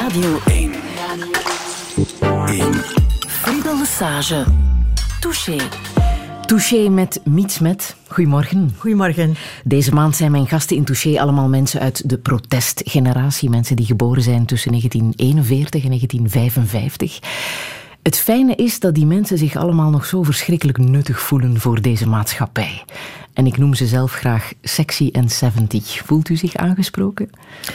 Radio 1. Friedel Lesage. Touché. Touché met Mietsmet. Goedemorgen. Goedemorgen. Deze maand zijn mijn gasten in Touché allemaal mensen uit de protestgeneratie. Mensen die geboren zijn tussen 1941 en 1955. Het fijne is dat die mensen zich allemaal nog zo verschrikkelijk nuttig voelen voor deze maatschappij. En ik noem ze zelf graag sexy en 70. Voelt u zich aangesproken?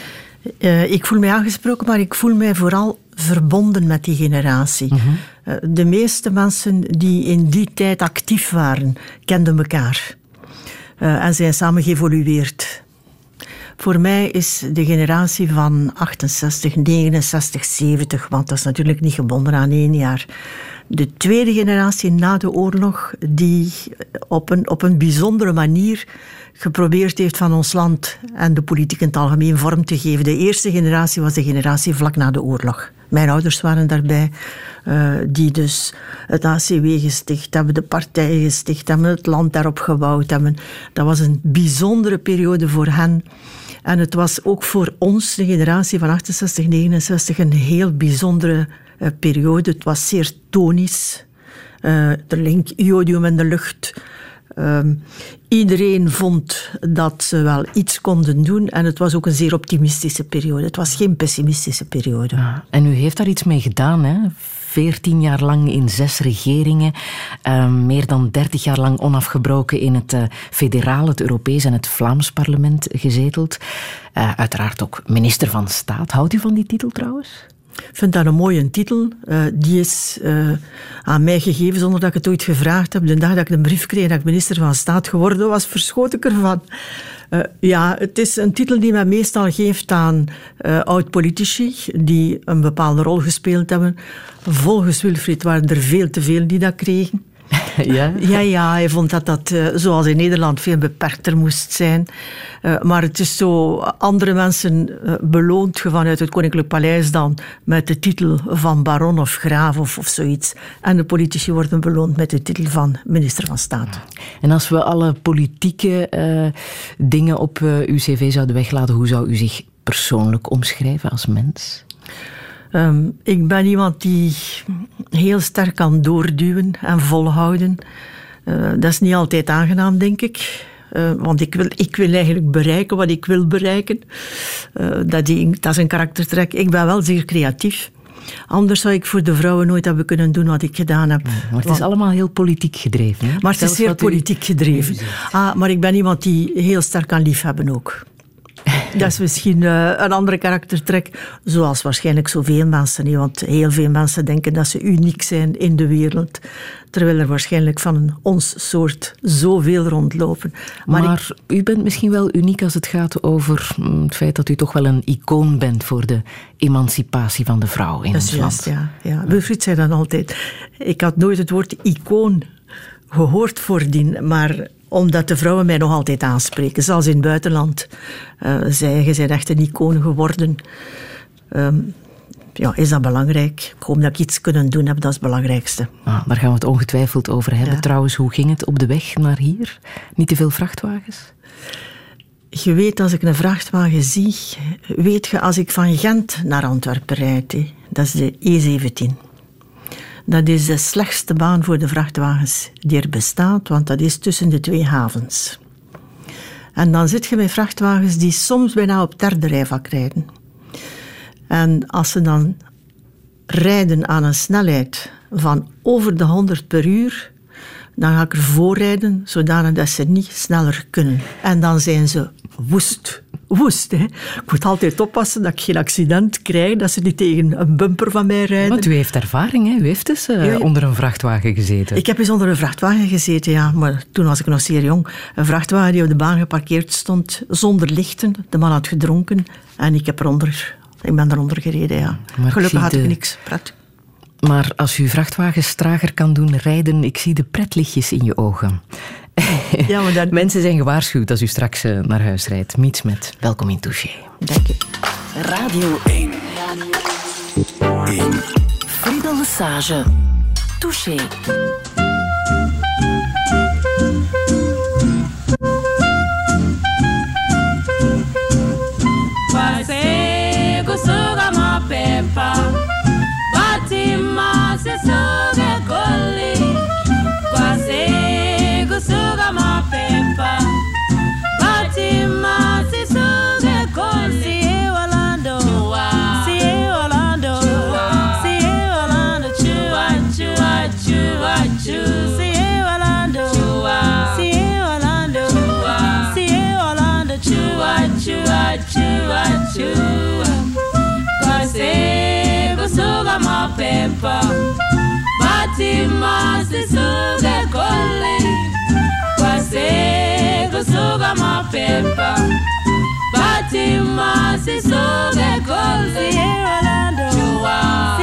Ik voel mij aangesproken, maar ik voel mij vooral verbonden met die generatie. Mm-hmm. De meeste mensen die in die tijd actief waren, kenden elkaar. En zijn samen geëvolueerd. Voor mij is de generatie van 68, 69, 70, want dat is natuurlijk niet gebonden aan 1 jaar. De tweede generatie na de oorlog, die op een bijzondere manier geprobeerd heeft van ons land en de politiek in het algemeen vorm te geven. De eerste generatie was de generatie vlak na de oorlog. Mijn ouders waren daarbij, die dus het ACW gesticht hebben, de partijen gesticht hebben, het land daarop gebouwd hebben. Dat was een bijzondere periode voor hen. En het was ook voor ons, de generatie van 68, 69, een heel bijzondere periode. Het was zeer tonisch. Er link jodium in de lucht. Iedereen vond dat ze wel iets konden doen en het was ook een zeer optimistische periode. Het was geen pessimistische periode. Ja, en u heeft daar iets mee gedaan, hè? 14 jaar lang in 6 regeringen, meer dan 30 jaar lang onafgebroken in het federaal, het Europees en het Vlaams parlement gezeteld. Uiteraard ook minister van Staat. Houdt u van die titel trouwens? Ik vind dat een mooie titel. Die is aan mij gegeven zonder dat ik het ooit gevraagd heb. De dag dat ik een brief kreeg dat ik minister van Staat geworden was, verschoot ik ervan. Ja, het is een titel die men meestal geeft aan oud-politici die een bepaalde rol gespeeld hebben. Volgens Wilfried waren er veel te veel die dat kregen. Ja? Ja, hij vond dat zoals in Nederland veel beperkter moest zijn. Maar het is zo, andere mensen beloont je vanuit het Koninklijk Paleis dan met de titel van baron of graaf of zoiets. En de politici worden beloond met de titel van minister van Staat. En als we alle politieke dingen op uw cv zouden weglaten, hoe zou u zich persoonlijk omschrijven als mens? Ik ben iemand die heel sterk kan doorduwen en volhouden. Dat is niet altijd aangenaam, denk ik. Want ik wil eigenlijk bereiken wat ik wil bereiken. Dat is een karaktertrek. Ik ben wel zeer creatief. Anders zou ik voor de vrouwen nooit hebben kunnen doen wat ik gedaan heb. Maar het is allemaal heel politiek gedreven. Hè? Maar het is zeer politiek gedreven. Maar ik ben iemand die heel sterk kan liefhebben ook. Dat is misschien een andere karaktertrek, zoals waarschijnlijk zoveel mensen. Want heel veel mensen denken dat ze uniek zijn in de wereld, terwijl er waarschijnlijk van ons soort zoveel rondlopen. Maar u bent misschien wel uniek als het gaat over het feit dat u toch wel een icoon bent voor de emancipatie van de vrouw in ons land. Ja. Wilfried zei dat altijd. Ik had nooit het woord icoon gehoord voordien, maar omdat de vrouwen mij nog altijd aanspreken. Zelfs in het buitenland. Je bent echt een icoon geworden. Is dat belangrijk? Ik hoop dat ik iets kunnen doen heb, dat is het belangrijkste. Daar gaan we het ongetwijfeld over hebben. Ja. Trouwens, hoe ging het op de weg naar hier? Niet te veel vrachtwagens? Je weet, als ik een vrachtwagen zie, weet je, als ik van Gent naar Antwerpen rijd, dat is de E17. Dat is de slechtste baan voor de vrachtwagens die er bestaat, want dat is tussen de 2 havens. En dan zit je met vrachtwagens die soms bijna op derde rijvak rijden. En als ze dan rijden aan een snelheid van over de 100 per uur, dan ga ik er voorrijden, zodanig dat ze niet sneller kunnen. En dan zijn ze woest. Hè. Ik moet altijd oppassen dat ik geen accident krijg, dat ze niet tegen een bumper van mij rijden. Want u heeft ervaring, hè? U heeft dus onder een vrachtwagen gezeten. Ik heb eens onder een vrachtwagen gezeten, ja. Maar toen was ik nog zeer jong. Een vrachtwagen die op de baan geparkeerd stond, zonder lichten. De man had gedronken en ik ben eronder gereden, ja. Gelukkig had ik niks pret. Maar als u vrachtwagens trager kan doen rijden, ik zie de pretlichtjes in je ogen. Ja, maar dat... Mensen zijn gewaarschuwd als u straks naar huis rijdt. Mietsmet, welkom in Touché. Dank je. Radio 1. Friedel Lesage. Touché. Você gostou da minha pé. paper. Batima sisuge kole. Kwase kusuga mapepa. Batima sisuge kole. Chua.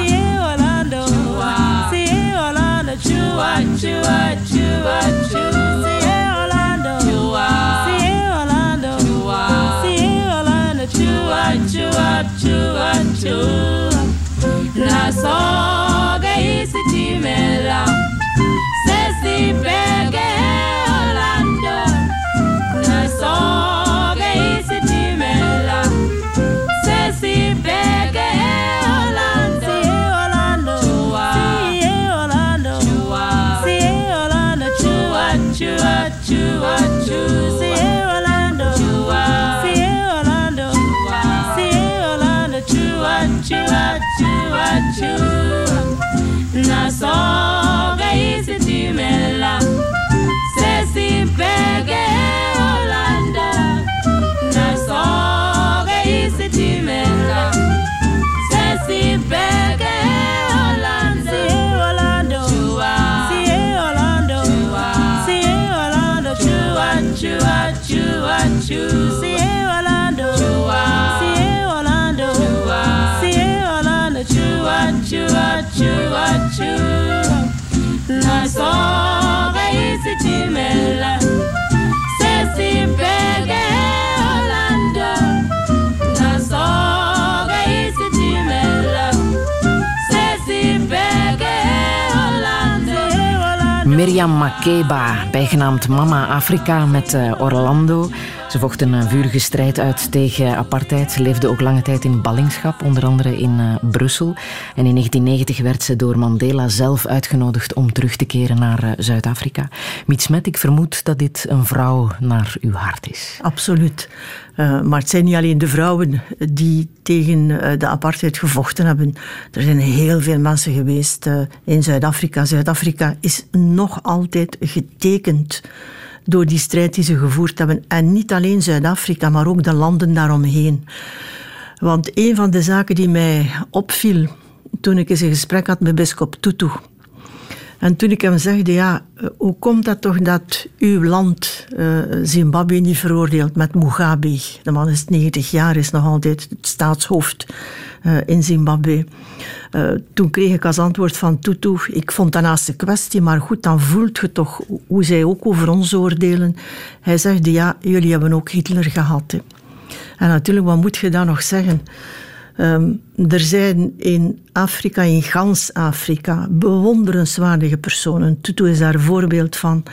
Chua, chua, chua, chua. See Orlando. Chua. See Orlando. Chua. See Orlando. Chua, chua, chua, chua. Na soga isi timela. Sesi pege Orlando. Na soga isi timela. Sesi pege Orlando. See Orlando. Chua. Chua, chua, chua. See Orlando. Chua. See Orlando. Chua. See Orlando. Chua, chua, chua, chua. Na soga isi timela. Sesi pege Orlando. Na soga isi timela. Sesi pege Orlando. See Orlando. Chua. See Orlando. Chua, chua, chua. See Orlando. Chua. See Orlando. Chua. See Orlando. Chua, chua, chua, chua. Na soga isi timela. Sesi pege Orlando. Na soga isi timela. Sesi pege Orlando. Miriam Makeba, bijgenaamd Mama Afrika met Orlando. Ze vocht een vurige strijd uit tegen apartheid. Ze leefde ook lange tijd in ballingschap, onder andere in Brussel. En in 1990 werd ze door Mandela zelf uitgenodigd om terug te keren naar Zuid-Afrika. Miet Smet, ik vermoed dat dit een vrouw naar uw hart is. Absoluut. Maar het zijn niet alleen de vrouwen die tegen de apartheid gevochten hebben. Er zijn heel veel mensen geweest in Zuid-Afrika. Zuid-Afrika is nog altijd getekend door die strijd die ze gevoerd hebben. En niet alleen Zuid-Afrika, maar ook de landen daaromheen. Want een van de zaken die mij opviel toen ik eens een gesprek had met bisschop Tutu. En toen ik hem zegde, ja, hoe komt dat toch dat uw land Zimbabwe niet veroordeelt met Mugabe? De man is 90 jaar, is nog altijd het staatshoofd in Zimbabwe. Toen kreeg ik als antwoord van Tutu, ik vond dat naast de kwestie, maar goed, dan voelt je toch hoe zij ook over ons oordelen. Hij zegt, ja, jullie hebben ook Hitler gehad. Hè. En natuurlijk, wat moet je dan nog zeggen? Er zijn in Afrika, in gans Afrika, bewonderenswaardige personen. Tutu is daar een voorbeeld van.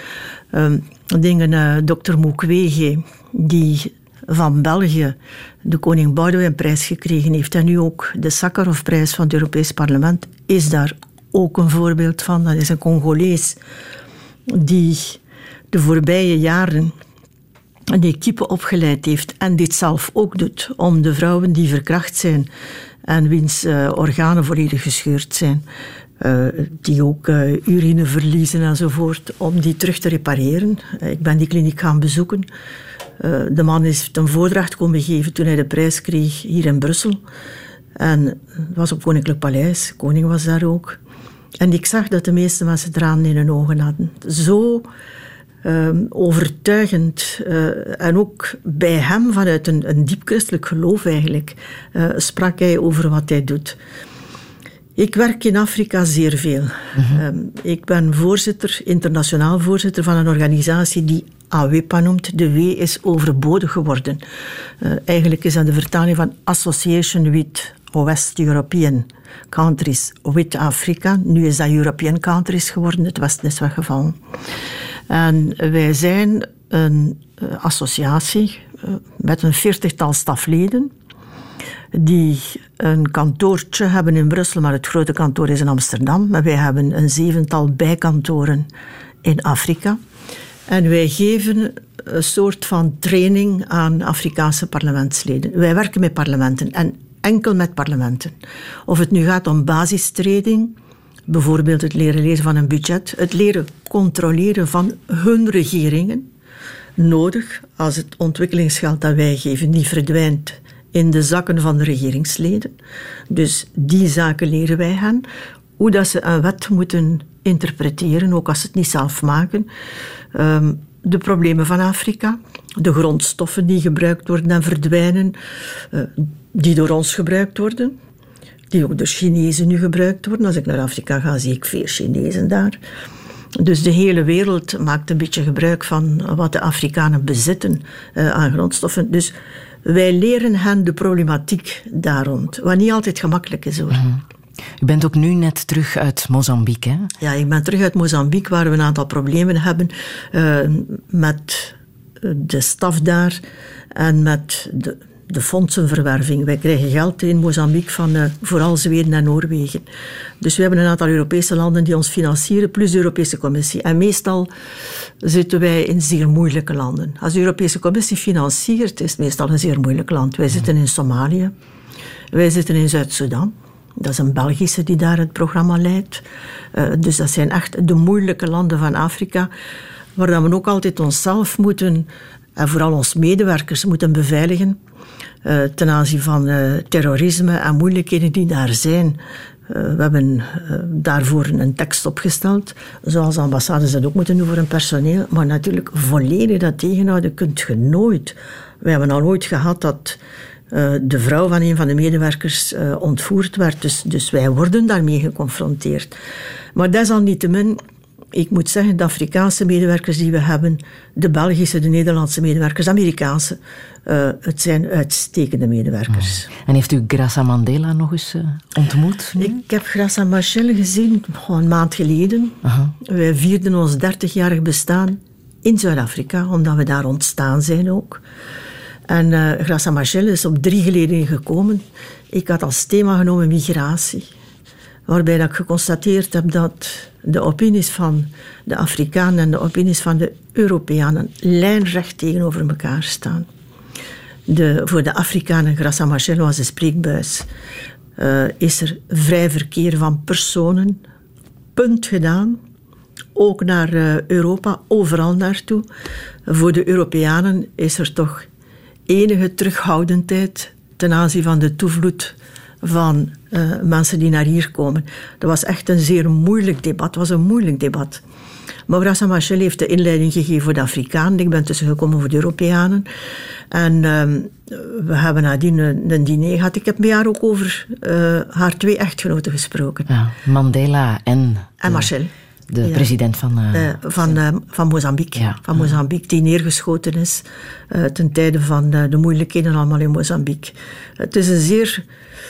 Dr. Mukwege, die van België de Koning Boudewijn-prijs gekregen heeft en nu ook de Sakharov-prijs van het Europees Parlement, is daar ook een voorbeeld van. Dat is een Congolees die de voorbije jaren een equipe opgeleid heeft en dit zelf ook doet om de vrouwen die verkracht zijn en wiens organen volledig gescheurd zijn, die ook urine verliezen enzovoort, om die terug te repareren. Ik ben die kliniek gaan bezoeken. De man is een voordracht komen geven toen hij de prijs kreeg hier in Brussel. En het was op Koninklijk Paleis, de koning was daar ook. En ik zag dat de meeste mensen tranen in hun ogen hadden. Zo overtuigend en ook bij hem vanuit een diep christelijk geloof eigenlijk sprak hij over wat hij doet. Ik werk in Afrika zeer veel. Ik ben internationaal voorzitter van een organisatie die AWEPA noemt. De W is overbodig geworden. Eigenlijk is dat de vertaling van Association with West European Countries with Africa. Nu is dat European Countries geworden. Het Westen is weggevallen. En wij zijn een associatie met een 40-tal stafleden die een kantoortje hebben in Brussel, maar het grote kantoor is in Amsterdam. Maar wij hebben een 7-tal bijkantoren in Afrika. En wij geven een soort van training aan Afrikaanse parlementsleden. Wij werken met parlementen en enkel met parlementen. Of het nu gaat om basistraining, bijvoorbeeld het leren lezen van een budget, het leren controleren van hun regeringen, nodig als het ontwikkelingsgeld dat wij geven niet verdwijnt in de zakken van de regeringsleden. Dus die zaken leren wij hen. hoe dat ze een wet moeten interpreteren, ook als ze het niet zelf maken. De problemen van Afrika, de grondstoffen die gebruikt worden en verdwijnen, die door ons gebruikt worden, die ook door Chinezen nu gebruikt worden. Als ik naar Afrika ga, zie ik veel Chinezen daar. Dus de hele wereld maakt een beetje gebruik van wat de Afrikanen bezitten aan grondstoffen. Dus wij leren hen de problematiek daar rond, wat niet altijd gemakkelijk is, hoor. Mm-hmm. U bent ook nu net terug uit Mozambique, hè? Ja, ik ben terug uit Mozambique, waar we een aantal problemen hebben met de staf daar en met de fondsenverwerving. Wij krijgen geld in Mozambique van vooral Zweden en Noorwegen. Dus we hebben een aantal Europese landen die ons financieren, plus de Europese Commissie. En meestal zitten wij in zeer moeilijke landen. Als de Europese Commissie financiert, is het meestal een zeer moeilijk land. Wij zitten in Somalië, wij zitten in Zuid-Soedan. Dat is een Belgische die daar het programma leidt. Dus dat zijn echt de moeilijke landen van Afrika, waar we ook altijd onszelf moeten, en vooral ons medewerkers, moeten beveiligen ten aanzien van terrorisme en moeilijkheden die daar zijn. We hebben daarvoor een tekst opgesteld, zoals ambassades dat ook moeten doen voor hun personeel. Maar natuurlijk, volledig dat tegenhouden kunt je nooit. We hebben al ooit gehad dat de vrouw van een van de medewerkers ontvoerd werd. Dus wij worden daarmee geconfronteerd. Maar desalniettemin, ik moet zeggen, de Afrikaanse medewerkers die we hebben, de Belgische, de Nederlandse medewerkers, de Amerikaanse, het zijn uitstekende medewerkers. En heeft u Graça Mandela nog eens ontmoet? Nu? Ik heb Graça Machel gezien een maand geleden. Wij vierden ons 30-jarig bestaan in Zuid-Afrika, omdat we daar ontstaan zijn ook. En Graça Machel is op 3 geleden gekomen. Ik had als thema genomen migratie. Waarbij dat ik geconstateerd heb dat de opinies van de Afrikanen en de opinies van de Europeanen lijnrecht tegenover elkaar staan. Voor de Afrikanen, Graça Machel was de spreekbuis, is er vrij verkeer van personen, punt gedaan. Ook naar Europa, overal naartoe. Voor de Europeanen is er toch enige terughoudendheid ten aanzien van de toevloed van mensen die naar hier komen. Dat was echt een zeer moeilijk debat. Het was een moeilijk debat. Maar Graça Machel heeft de inleiding gegeven voor de Afrikanen. Ik ben tussengekomen voor de Europeanen. En we hebben nadien een diner gehad. Ik heb met haar ook over haar 2 echtgenoten gesproken. Ja, Mandela en Machel. De president van Mozambique. Ja. Van Mozambique, die neergeschoten is ten tijde van de moeilijkheden allemaal in Mozambique. Het is een zeer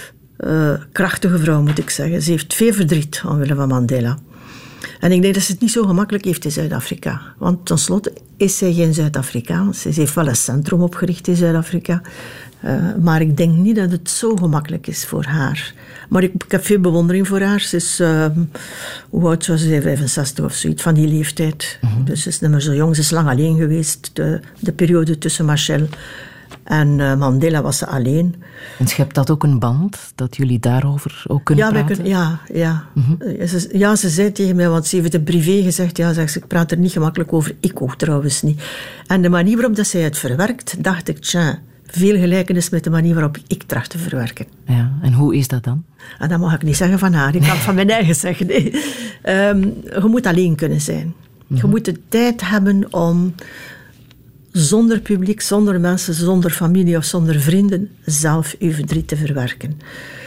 krachtige vrouw, moet ik zeggen. Ze heeft veel verdriet omwille van Mandela. En ik denk dat ze het niet zo gemakkelijk heeft in Zuid-Afrika. Want tenslotte is zij geen Zuid-Afrikaans. Ze heeft wel een centrum opgericht in Zuid-Afrika. Maar ik denk niet dat het zo gemakkelijk is voor haar. Maar ik heb veel bewondering voor haar. Ze is, hoe oud zou ze zijn? 65 of zoiets, van die leeftijd. Mm-hmm. Dus ze is niet meer zo jong. Ze is lang alleen geweest. De periode tussen Machel en Mandela was ze alleen. En schept dat ook een band, dat jullie daarover ook kunnen praten? Ja. Mm-hmm. Ze zei tegen mij, want ze heeft het privé gezegd, zegt ze, ik praat er niet gemakkelijk over. Ik ook trouwens niet. En de manier waarop dat zij het verwerkt, dacht ik, veel gelijkenis met de manier waarop ik tracht te verwerken. Ja, en hoe is dat dan? En dat mag ik niet zeggen van haar. Ik kan het van mijn eigen zeggen. Nee. Je moet alleen kunnen zijn. Mm-hmm. Je moet de tijd hebben om zonder publiek, zonder mensen, zonder familie of zonder vrienden zelf je verdriet te verwerken.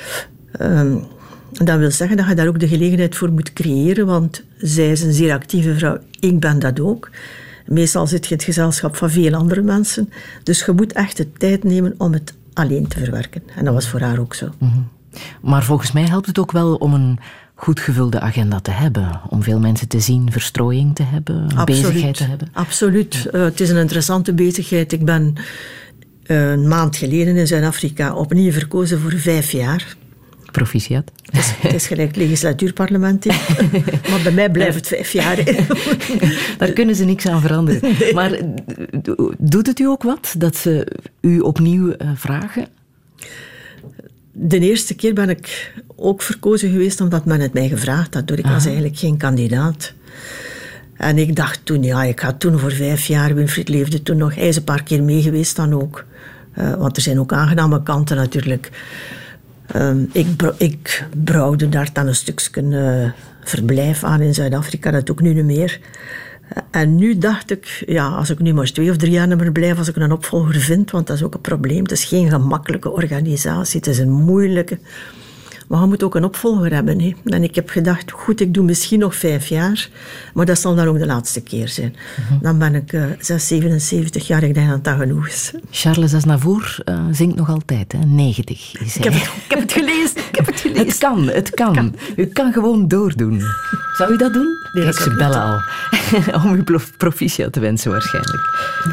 Dat wil zeggen dat je daar ook de gelegenheid voor moet creëren, want zij is een zeer actieve vrouw. Ik ben dat ook. Meestal zit je in het gezelschap van veel andere mensen. Dus je moet echt de tijd nemen om het alleen te verwerken. En dat was voor haar ook zo. Mm-hmm. Maar volgens mij helpt het ook wel om een goed gevulde agenda te hebben. Om veel mensen te zien, verstrooiing te hebben, bezigheid te hebben. Absoluut. Het is een interessante bezigheid. Ik ben een maand geleden in Zuid-Afrika opnieuw verkozen voor 5 jaar. Proficiat. Het is gelijk legislatuurparlement. Maar bij mij blijft het 5 jaar. Daar kunnen ze niks aan veranderen. Nee. Maar doet het u ook wat dat ze u opnieuw vragen? De eerste keer ben ik ook verkozen geweest omdat men het mij gevraagd had. Ik was eigenlijk geen kandidaat. En ik dacht toen, ik ga toen voor 5 jaar. Winfried leefde toen nog. Hij is een paar keer mee geweest dan ook. Want er zijn ook aangename kanten natuurlijk. Ik bouwde daar dan een stukje verblijf aan in Zuid-Afrika, dat ook nu niet meer. En nu dacht ik, ja, als ik nu maar 2 of 3 jaar niet meer blijf, als ik een opvolger vind, want dat is ook een probleem. Het is geen gemakkelijke organisatie, het is een moeilijke. Maar je moet ook een opvolger hebben. Hè. En ik heb gedacht, goed, ik doe misschien nog 5 jaar, maar dat zal dan ook de laatste keer zijn. Dan ben ik 77 jaar, ik denk dat dat genoeg is. Charles Aznavour zingt nog altijd, hè? 90 is hij. Ik heb het gelezen. Het kan. U kan gewoon doordoen. Zou u dat doen? Nee, Kijk, dat ze bellen al. Om u proficiat te wensen waarschijnlijk.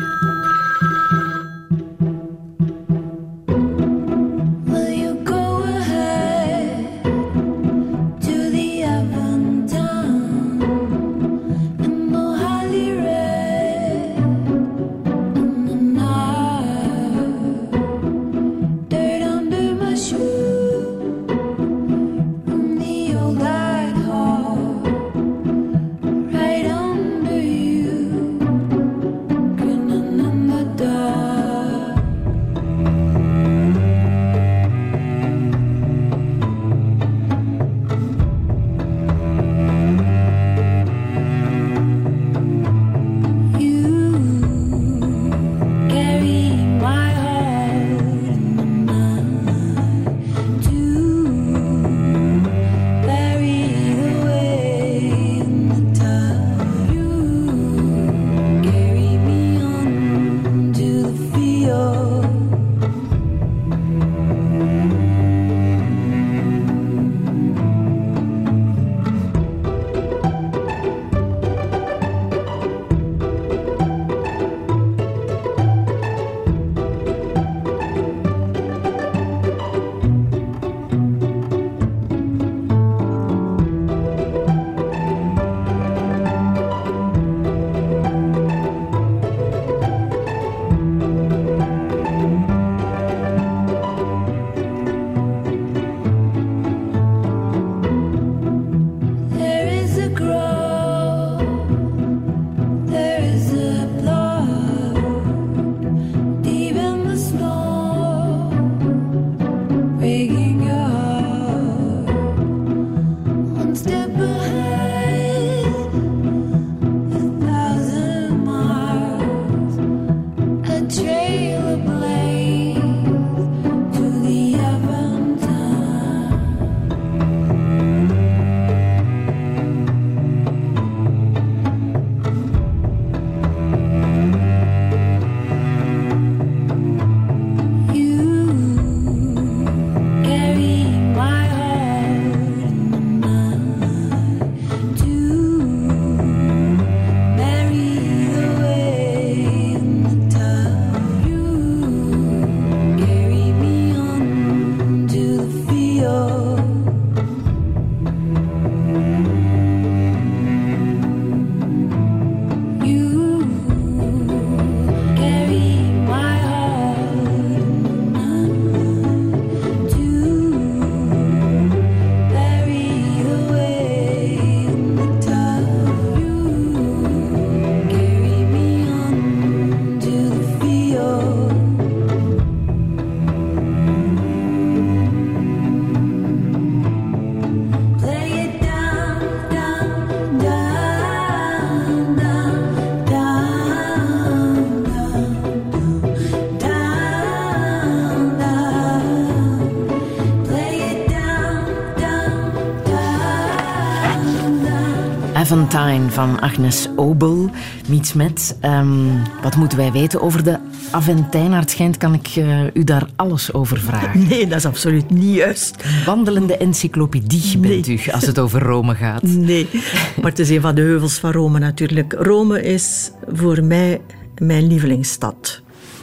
Aventine van Agnes Obel, meets met. Wat moeten wij weten over de Aventijn? Naar het schijnt kan ik u daar alles over vragen. Nee, dat is absoluut niet juist. Wandelende encyclopedie bent u, als het over Rome gaat. Nee, maar het is een van de heuvels van Rome natuurlijk. Rome is voor mij mijn lievelingsstad.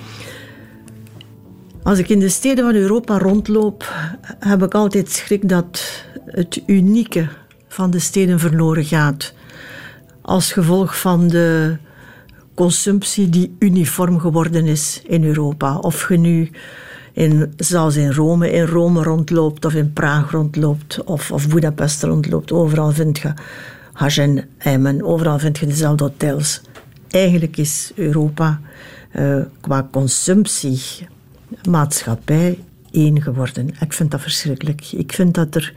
Als ik in de steden van Europa rondloop, heb ik altijd schrik dat het unieke van de steden verloren gaat. Als gevolg van de consumptie die uniform geworden is in Europa. Of je nu, zoals in Rome rondloopt, of in Praag rondloopt, of Budapest rondloopt. Overal vind je Hagen, Emmen, overal vind je dezelfde hotels. Eigenlijk is Europa qua consumptie, maatschappij, één geworden. Ik vind dat verschrikkelijk. Ik vind dat er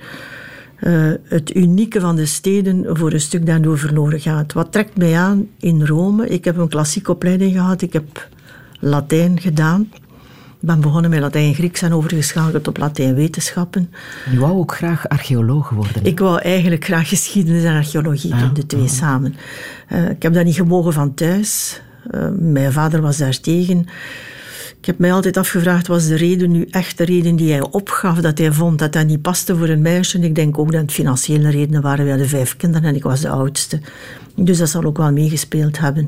het unieke van de steden voor een stuk daardoor verloren gaat. Wat trekt mij aan in Rome? Ik heb een klassieke opleiding gehad. Ik heb Latijn gedaan. Ik ben begonnen met Latijn-Grieks en overgeschakeld op Latijn-wetenschappen. Je wou ook graag archeoloog worden? Ik wou eigenlijk graag geschiedenis en archeologie doen, de twee samen. Ik heb dat niet gemogen van thuis. Mijn vader was daar tegen. Ik heb mij altijd afgevraagd, was de reden nu echt de reden die hij opgaf, dat hij vond dat dat niet paste voor een meisje? Ik denk ook dat het financiële redenen waren. We hadden 5 kinderen en ik was de oudste. Dus dat zal ook wel meegespeeld hebben.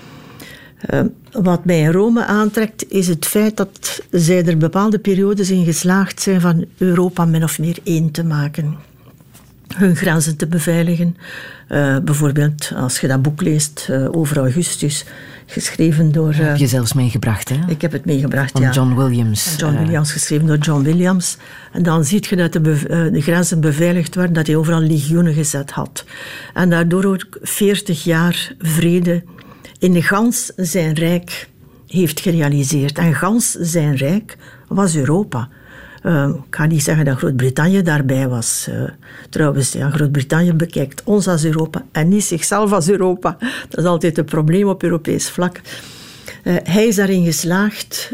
Wat mij in Rome aantrekt, is het feit dat zij er bepaalde periodes in geslaagd zijn van Europa min of meer één te maken. Hun grenzen te beveiligen. Bijvoorbeeld, als je dat boek leest over Augustus, geschreven door... heb je zelfs meegebracht, hè? Ik heb het meegebracht, van John Williams. John Williams, geschreven door John Williams. En dan zie je dat de grenzen beveiligd werden, dat hij overal legioenen gezet had. En daardoor ook 40 jaar vrede in gans zijn rijk heeft gerealiseerd. En gans zijn rijk was Europa. Ik ga niet zeggen dat Groot-Brittannië daarbij was. Trouwens, Groot-Brittannië bekijkt ons als Europa en niet zichzelf als Europa. Dat is altijd een probleem op Europees vlak. Hij is daarin geslaagd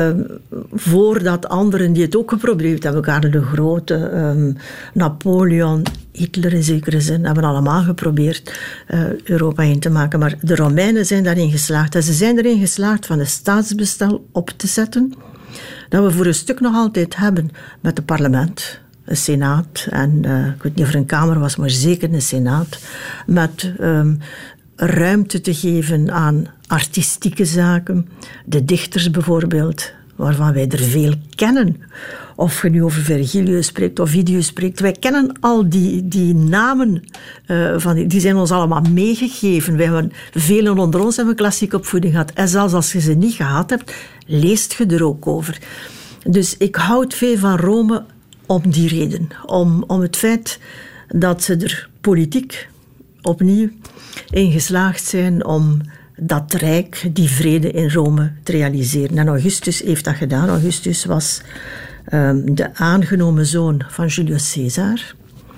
voordat anderen die het ook geprobeerd hebben, Karel de Grote, Napoleon, Hitler in zekere zin, hebben allemaal geprobeerd Europa in te maken. Maar de Romeinen zijn daarin geslaagd. En ze zijn erin geslaagd van een staatsbestel op te zetten, dat we voor een stuk nog altijd hebben met het parlement, een senaat, en ik weet niet of er een kamer was, maar zeker een senaat, met ruimte te geven aan artistieke zaken, de dichters bijvoorbeeld, waarvan wij er veel kennen. Of je nu over Virgilius spreekt of Ovidius spreekt. Wij kennen al die namen, die zijn ons allemaal meegegeven. Wij hebben, velen onder ons hebben klassieke opvoeding gehad. En zelfs als je ze niet gehad hebt, leest je er ook over. Dus ik houd veel van Rome om die reden. Om het feit dat ze er politiek opnieuw in geslaagd zijn om dat rijk, die vrede in Rome te realiseren. En Augustus heeft dat gedaan. Augustus was de aangenomen zoon van Julius Caesar.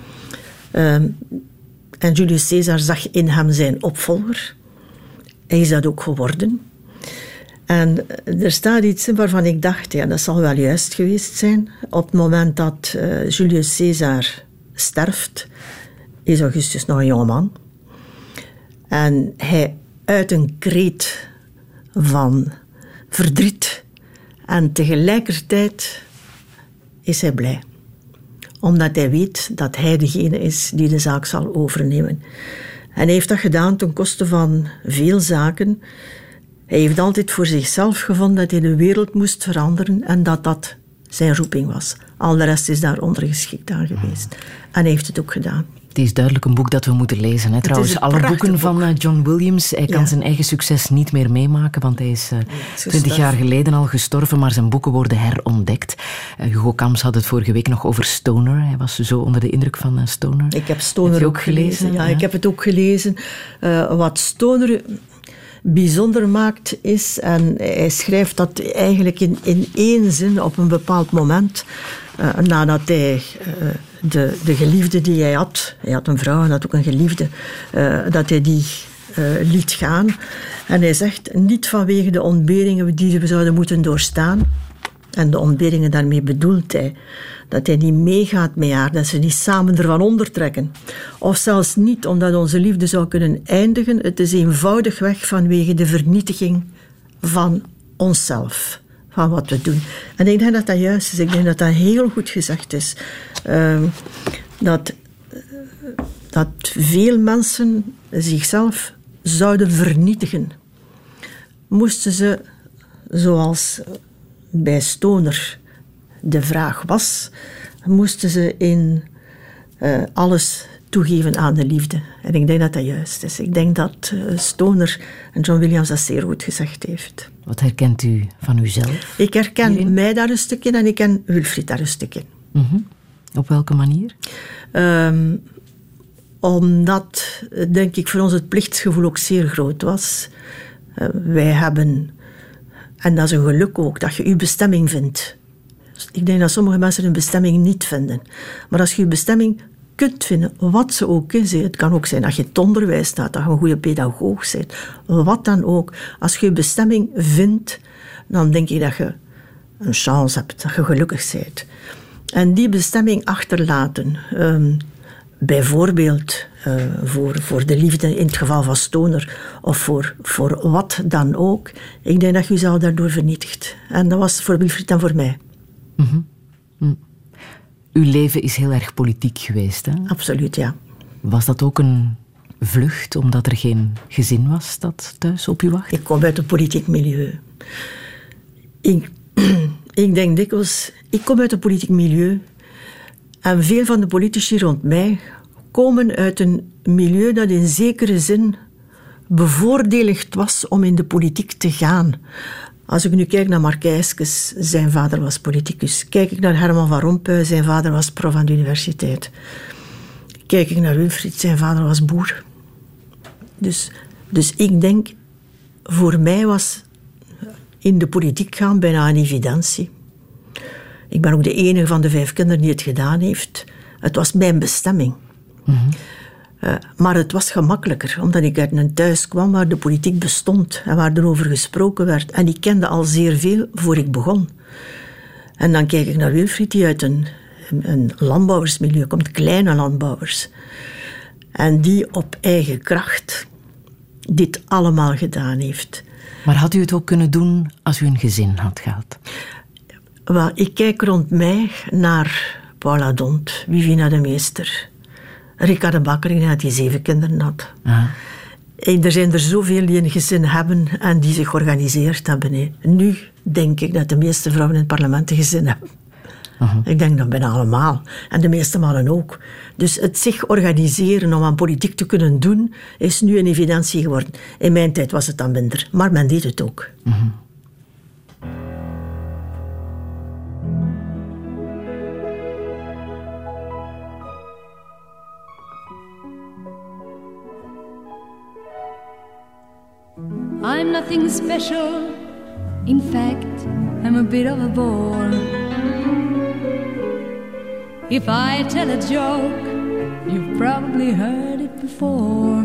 En Julius Caesar zag in hem zijn opvolger. Hij is dat ook geworden. En er staat iets in waarvan ik dacht, ja, dat zal wel juist geweest zijn. Op het moment dat Julius Caesar sterft, is Augustus nog een jongeman. En hij uit een kreet van verdriet en tegelijkertijd is hij blij. Omdat hij weet dat hij degene is die de zaak zal overnemen. En hij heeft dat gedaan ten koste van veel zaken. Hij heeft altijd voor zichzelf gevonden dat hij de wereld moest veranderen en dat dat zijn roeping was. Al de rest is daar ondergeschikt aan geweest. En hij heeft het ook gedaan. Het is duidelijk een boek dat we moeten lezen. Hè? Trouwens, alle boeken van John Williams. Hij kan zijn eigen succes niet meer meemaken, want hij is 20 jaar geleden al gestorven, maar zijn boeken worden herontdekt. Hugo Camps had het vorige week nog over Stoner. Hij was zo onder de indruk van Stoner. Ik heb Stoner ook gelezen. Ja, ik heb het ook gelezen. Wat Stoner bijzonder maakt is, en hij schrijft dat eigenlijk in één zin op een bepaald moment, nadat hij de geliefde die hij had een vrouw en had ook een geliefde, dat hij die liet gaan. En hij zegt, niet vanwege de ontberingen die we zouden moeten doorstaan, en de ontberingen daarmee bedoelt hij dat hij niet meegaat met haar, dat ze niet samen ervan ondertrekken. Of zelfs niet omdat onze liefde zou kunnen eindigen. Het is eenvoudigweg vanwege de vernietiging van onszelf, van wat we doen. En ik denk dat dat juist is. Ik denk dat dat heel goed gezegd is. Dat veel mensen zichzelf zouden vernietigen. Moesten ze, zoals bij Stoner de vraag was, moesten ze in alles toegeven aan de liefde. En ik denk dat dat juist is. Ik denk dat Stoner en John Williams dat zeer goed gezegd heeft. Wat herkent u van uzelf? Ik herken mij daar een stuk in en ik ken Wilfried daar een stuk in. Mm-hmm. Op welke manier? Omdat, denk ik, voor ons het plichtsgevoel ook zeer groot was. Wij hebben, en dat is een geluk ook, dat je uw bestemming vindt. Ik denk dat sommige mensen hun bestemming niet vinden. Maar als je je bestemming kunt vinden, wat ze ook is. Het kan ook zijn dat je in het onderwijs staat, dat je een goede pedagoog bent. Wat dan ook. Als je je bestemming vindt, dan denk ik dat je een chance hebt, dat je gelukkig bent. En die bestemming achterlaten, bijvoorbeeld voor de liefde in het geval van Stoner, of voor wat dan ook, ik denk dat je jezelf daardoor vernietigt. En dat was voor Wilfried en voor mij. Mm-hmm. Uw leven is heel erg politiek geweest, hè? Absoluut, ja. Was dat ook een vlucht, omdat er geen gezin was dat thuis op u wacht? Ik kom uit een politiek milieu. Ik denk dikwijls, ik kom uit een politiek milieu en veel van de politici rond mij komen uit een milieu dat in zekere zin bevoordeligd was om in de politiek te gaan. Als ik nu kijk naar Mark Eyskens, zijn vader was politicus. Kijk ik naar Herman van Rompuy, zijn vader was prof aan de universiteit. Kijk ik naar Wilfried, zijn vader was boer. Dus ik denk, voor mij was in de politiek gaan bijna een evidentie. Ik ben ook de enige van de 5 kinderen die het gedaan heeft. Het was mijn bestemming. Mm-hmm. Maar het was gemakkelijker, omdat ik uit een thuis kwam waar de politiek bestond en waar er over gesproken werd. En ik kende al zeer veel voor ik begon. En dan kijk ik naar Wilfried, die uit een landbouwersmilieu komt, kleine landbouwers. En die op eigen kracht dit allemaal gedaan heeft. Maar had u het ook kunnen doen als u een gezin had gehad? Wel, ik kijk rond mij naar Paula Dont, Vivina de Meester, Rika de Bakker, die had die 7 kinderen had. Aha. En er zijn er zoveel die een gezin hebben en die zich georganiseerd hebben. Hè. Nu denk ik dat de meeste vrouwen in het parlement een gezin hebben. Aha. Ik denk dat bijna allemaal. En de meeste mannen ook. Dus het zich organiseren om aan politiek te kunnen doen, is nu een evidentie geworden. In mijn tijd was het dan minder, maar men deed het ook. Aha. I'm nothing special. In fact, I'm a bit of a bore. If I tell a joke, you've probably heard it before.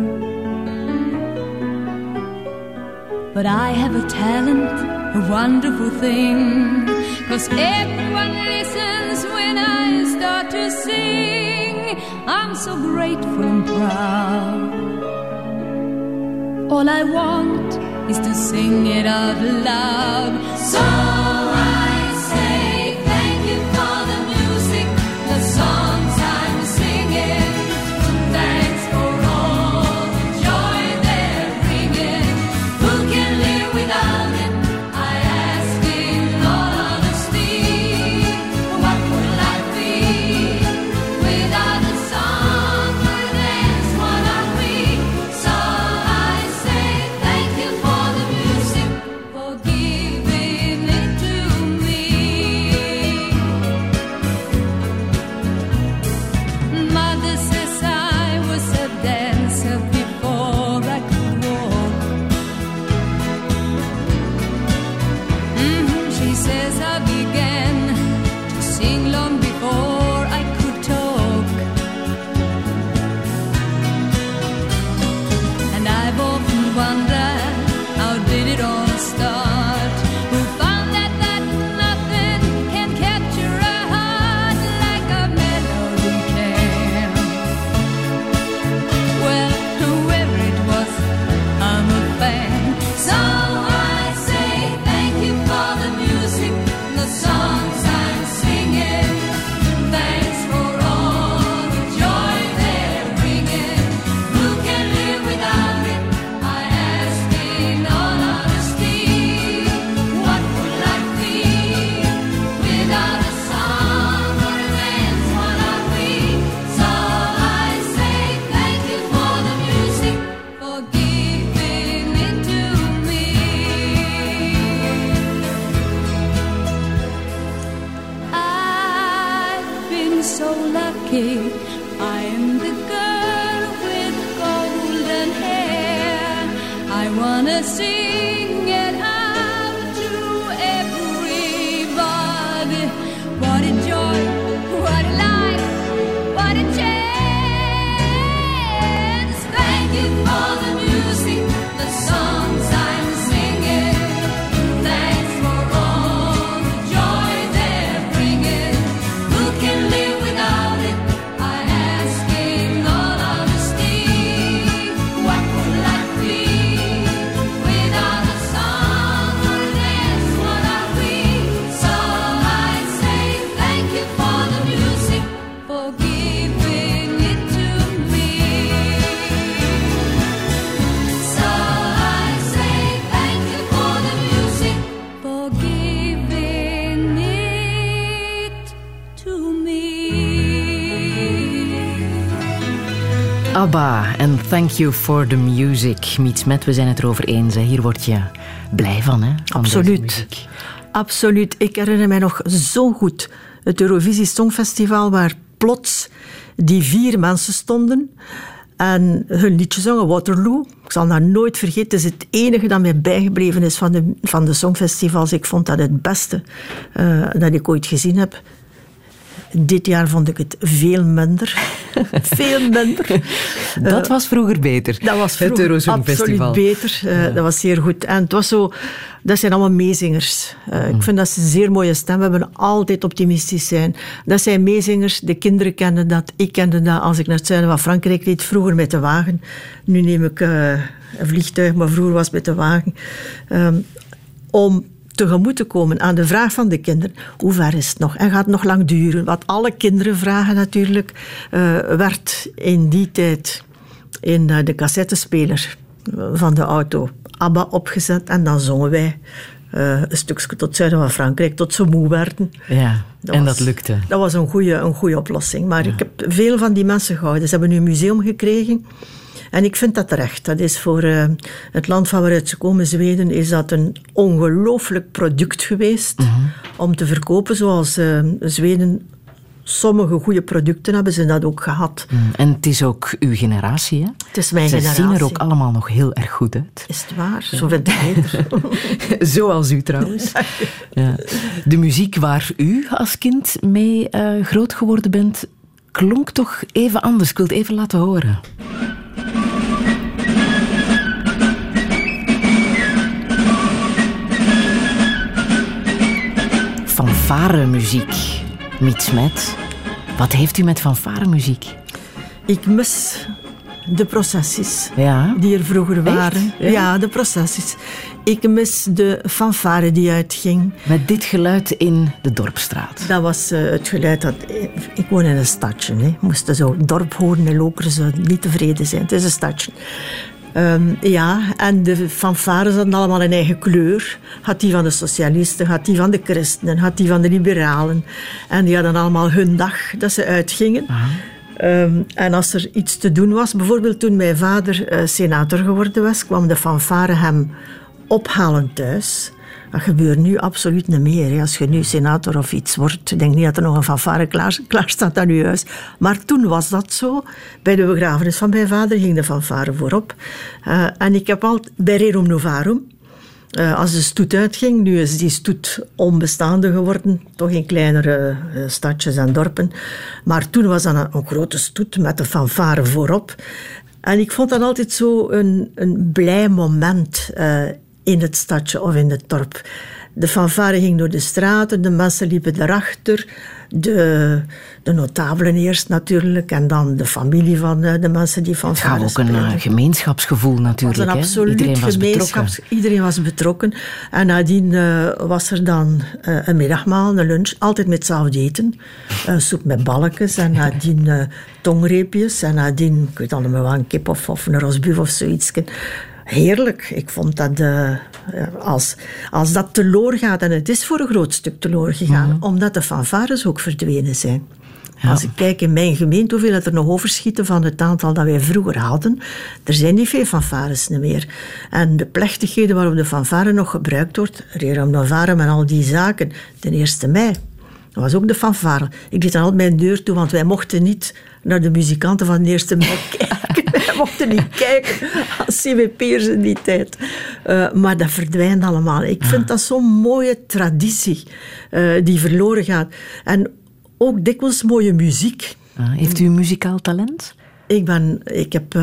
But I have a talent, a wonderful thing, 'cause everyone listens when I start to sing. I'm so grateful and proud. All I want is to sing it out loud. So I say thank you for the music, the songs I'm singing. Thanks for all the joy they're bringing. Who can live without it? I ask in all honesty. What would life be without a song or a dance? What are we? So I say thank you for the music, for giving it to me. Mother says I was a dancer before I could walk. She says I began to sing long before I could talk. And I've often wondered, how did it all start? Who found that nothing can capture a heart like a melody can? Well, whoever it was, I'm a fan. So I say thank you for the music, the songs I'm singing. Thanks for all the joy they're bringing. Who can live without it? I ask in all honesty. What would life be without a song or a dance? What are we? So I say thank you for the music, for giving it to me. I've been so lucky. I am the girl with golden hair. I wanna sing it out to everybody. ABBA en Thank You for the Music. Miets Met, we zijn het erover eens. Hè. Hier word je blij van, hè? Van Absoluut. Absoluut. Ik herinner mij nog zo goed het Eurovisie Songfestival waar plots die 4 mensen stonden en hun liedje zongen, Waterloo. Ik zal dat nooit vergeten. Het is het enige dat mij bijgebleven is van de Songfestivals. Ik vond dat het beste dat ik ooit gezien heb. Dit jaar vond ik het veel minder. Veel minder. Dat was vroeger beter. Dat was vroeger het Eurosongfestival. Absoluut beter. Dat was zeer goed. En het was zo... Dat zijn allemaal meezingers. Ik vind dat ze een zeer mooie stem hebben. Altijd optimistisch zijn. Dat zijn meezingers. De kinderen kenden dat. Ik kende dat als ik naar het zuiden van Frankrijk reed. Vroeger met de wagen. Nu neem ik een vliegtuig, maar vroeger was het met de wagen. Om tegemoet te komen aan de vraag van de kinderen. Hoe ver is het nog? En gaat het nog lang duren? Wat alle kinderen vragen natuurlijk, werd in die tijd in de cassettespeler van de auto ABBA opgezet. En dan zongen wij een stukje tot het zuiden van Frankrijk, tot ze moe werden. Ja, dat lukte. Dat was een goede oplossing. Maar ik heb veel van die mensen gehouden. Ze hebben nu een museum gekregen. En ik vind dat terecht. Dat is voor het land van waaruit ze komen, Zweden, is dat een ongelooflijk product geweest om te verkopen. Zoals Zweden sommige goede producten hebben ze dat ook gehad. En het is ook uw generatie, hè? Het is mijn generatie. Ze zien er ook allemaal nog heel erg goed uit. Is het waar? Zo vind ik beter. Zoals u trouwens. Ja. De muziek waar u als kind mee groot geworden bent, klonk toch even anders. Ik wil het even laten horen. Fanfaremuziek. Miets Met. Wat heeft u met fanfaremuziek? Ik mis de processies die er vroeger waren. Echt? Ja, de processies. Ik mis de fanfare die uitging. Met dit geluid in de Dorpstraat. Dat was het geluid dat... Ik woon in een stadje. Hè. Moesten zo dorp horen en Lokeren zouden niet tevreden zijn. Het is een stadje. En de fanfares hadden allemaal een eigen kleur. Had die van de socialisten, had die van de christenen, had die van de liberalen. En die hadden allemaal hun dag dat ze uitgingen. En als er iets te doen was, bijvoorbeeld toen mijn vader senator geworden was, kwam de fanfare hem ophalen thuis. Dat gebeurt nu absoluut niet meer. Hè. Als je nu senator of iets wordt, ik denk niet dat er nog een fanfare klaar staat aan je huis. Maar toen was dat zo. Bij de begrafenis van mijn vader ging de fanfare voorop. En ik heb altijd bij Rerum Novarum, als de stoet uitging, nu is die stoet onbestaande geworden, toch in kleinere stadjes en dorpen. Maar toen was dat een grote stoet met de fanfare voorop. En ik vond dat altijd zo een blij moment in het stadje of in het dorp. De fanfare ging door de straten, de mensen liepen erachter. De notabelen eerst natuurlijk en dan de familie van de mensen die fanfare speelden. Het gaf ook een gemeenschapsgevoel natuurlijk. Het was een absoluut iedereen was betrokken. En nadien was er dan een middagmaal, een lunch, altijd met hetzelfde eten. Soep met balkjes en nadien tongreepjes en nadien, ik weet al niet meer wat, een kip of een rosbuf of zoiets. Heerlijk. Ik vond dat als dat teloor gaat, en het is voor een groot stuk teloor gegaan, omdat de fanfares ook verdwenen zijn. Ja. Als ik kijk in mijn gemeente hoeveel er nog overschieten van het aantal dat wij vroeger hadden, er zijn niet veel fanfares meer. En de plechtigheden waarop de fanfare nog gebruikt wordt, Rerum Novarum en al die zaken, de 1 mei, dat was ook de fanfare. Ik deed dan altijd mijn deur toe, want wij mochten niet naar de muzikanten van de 1 mei kijken. Wij mochten niet kijken als CWP'ers in die tijd. Maar dat verdwijnt allemaal. Ik vind dat zo'n mooie traditie die verloren gaat. En ook dikwijls mooie muziek. Heeft u een muzikaal talent? Ik heb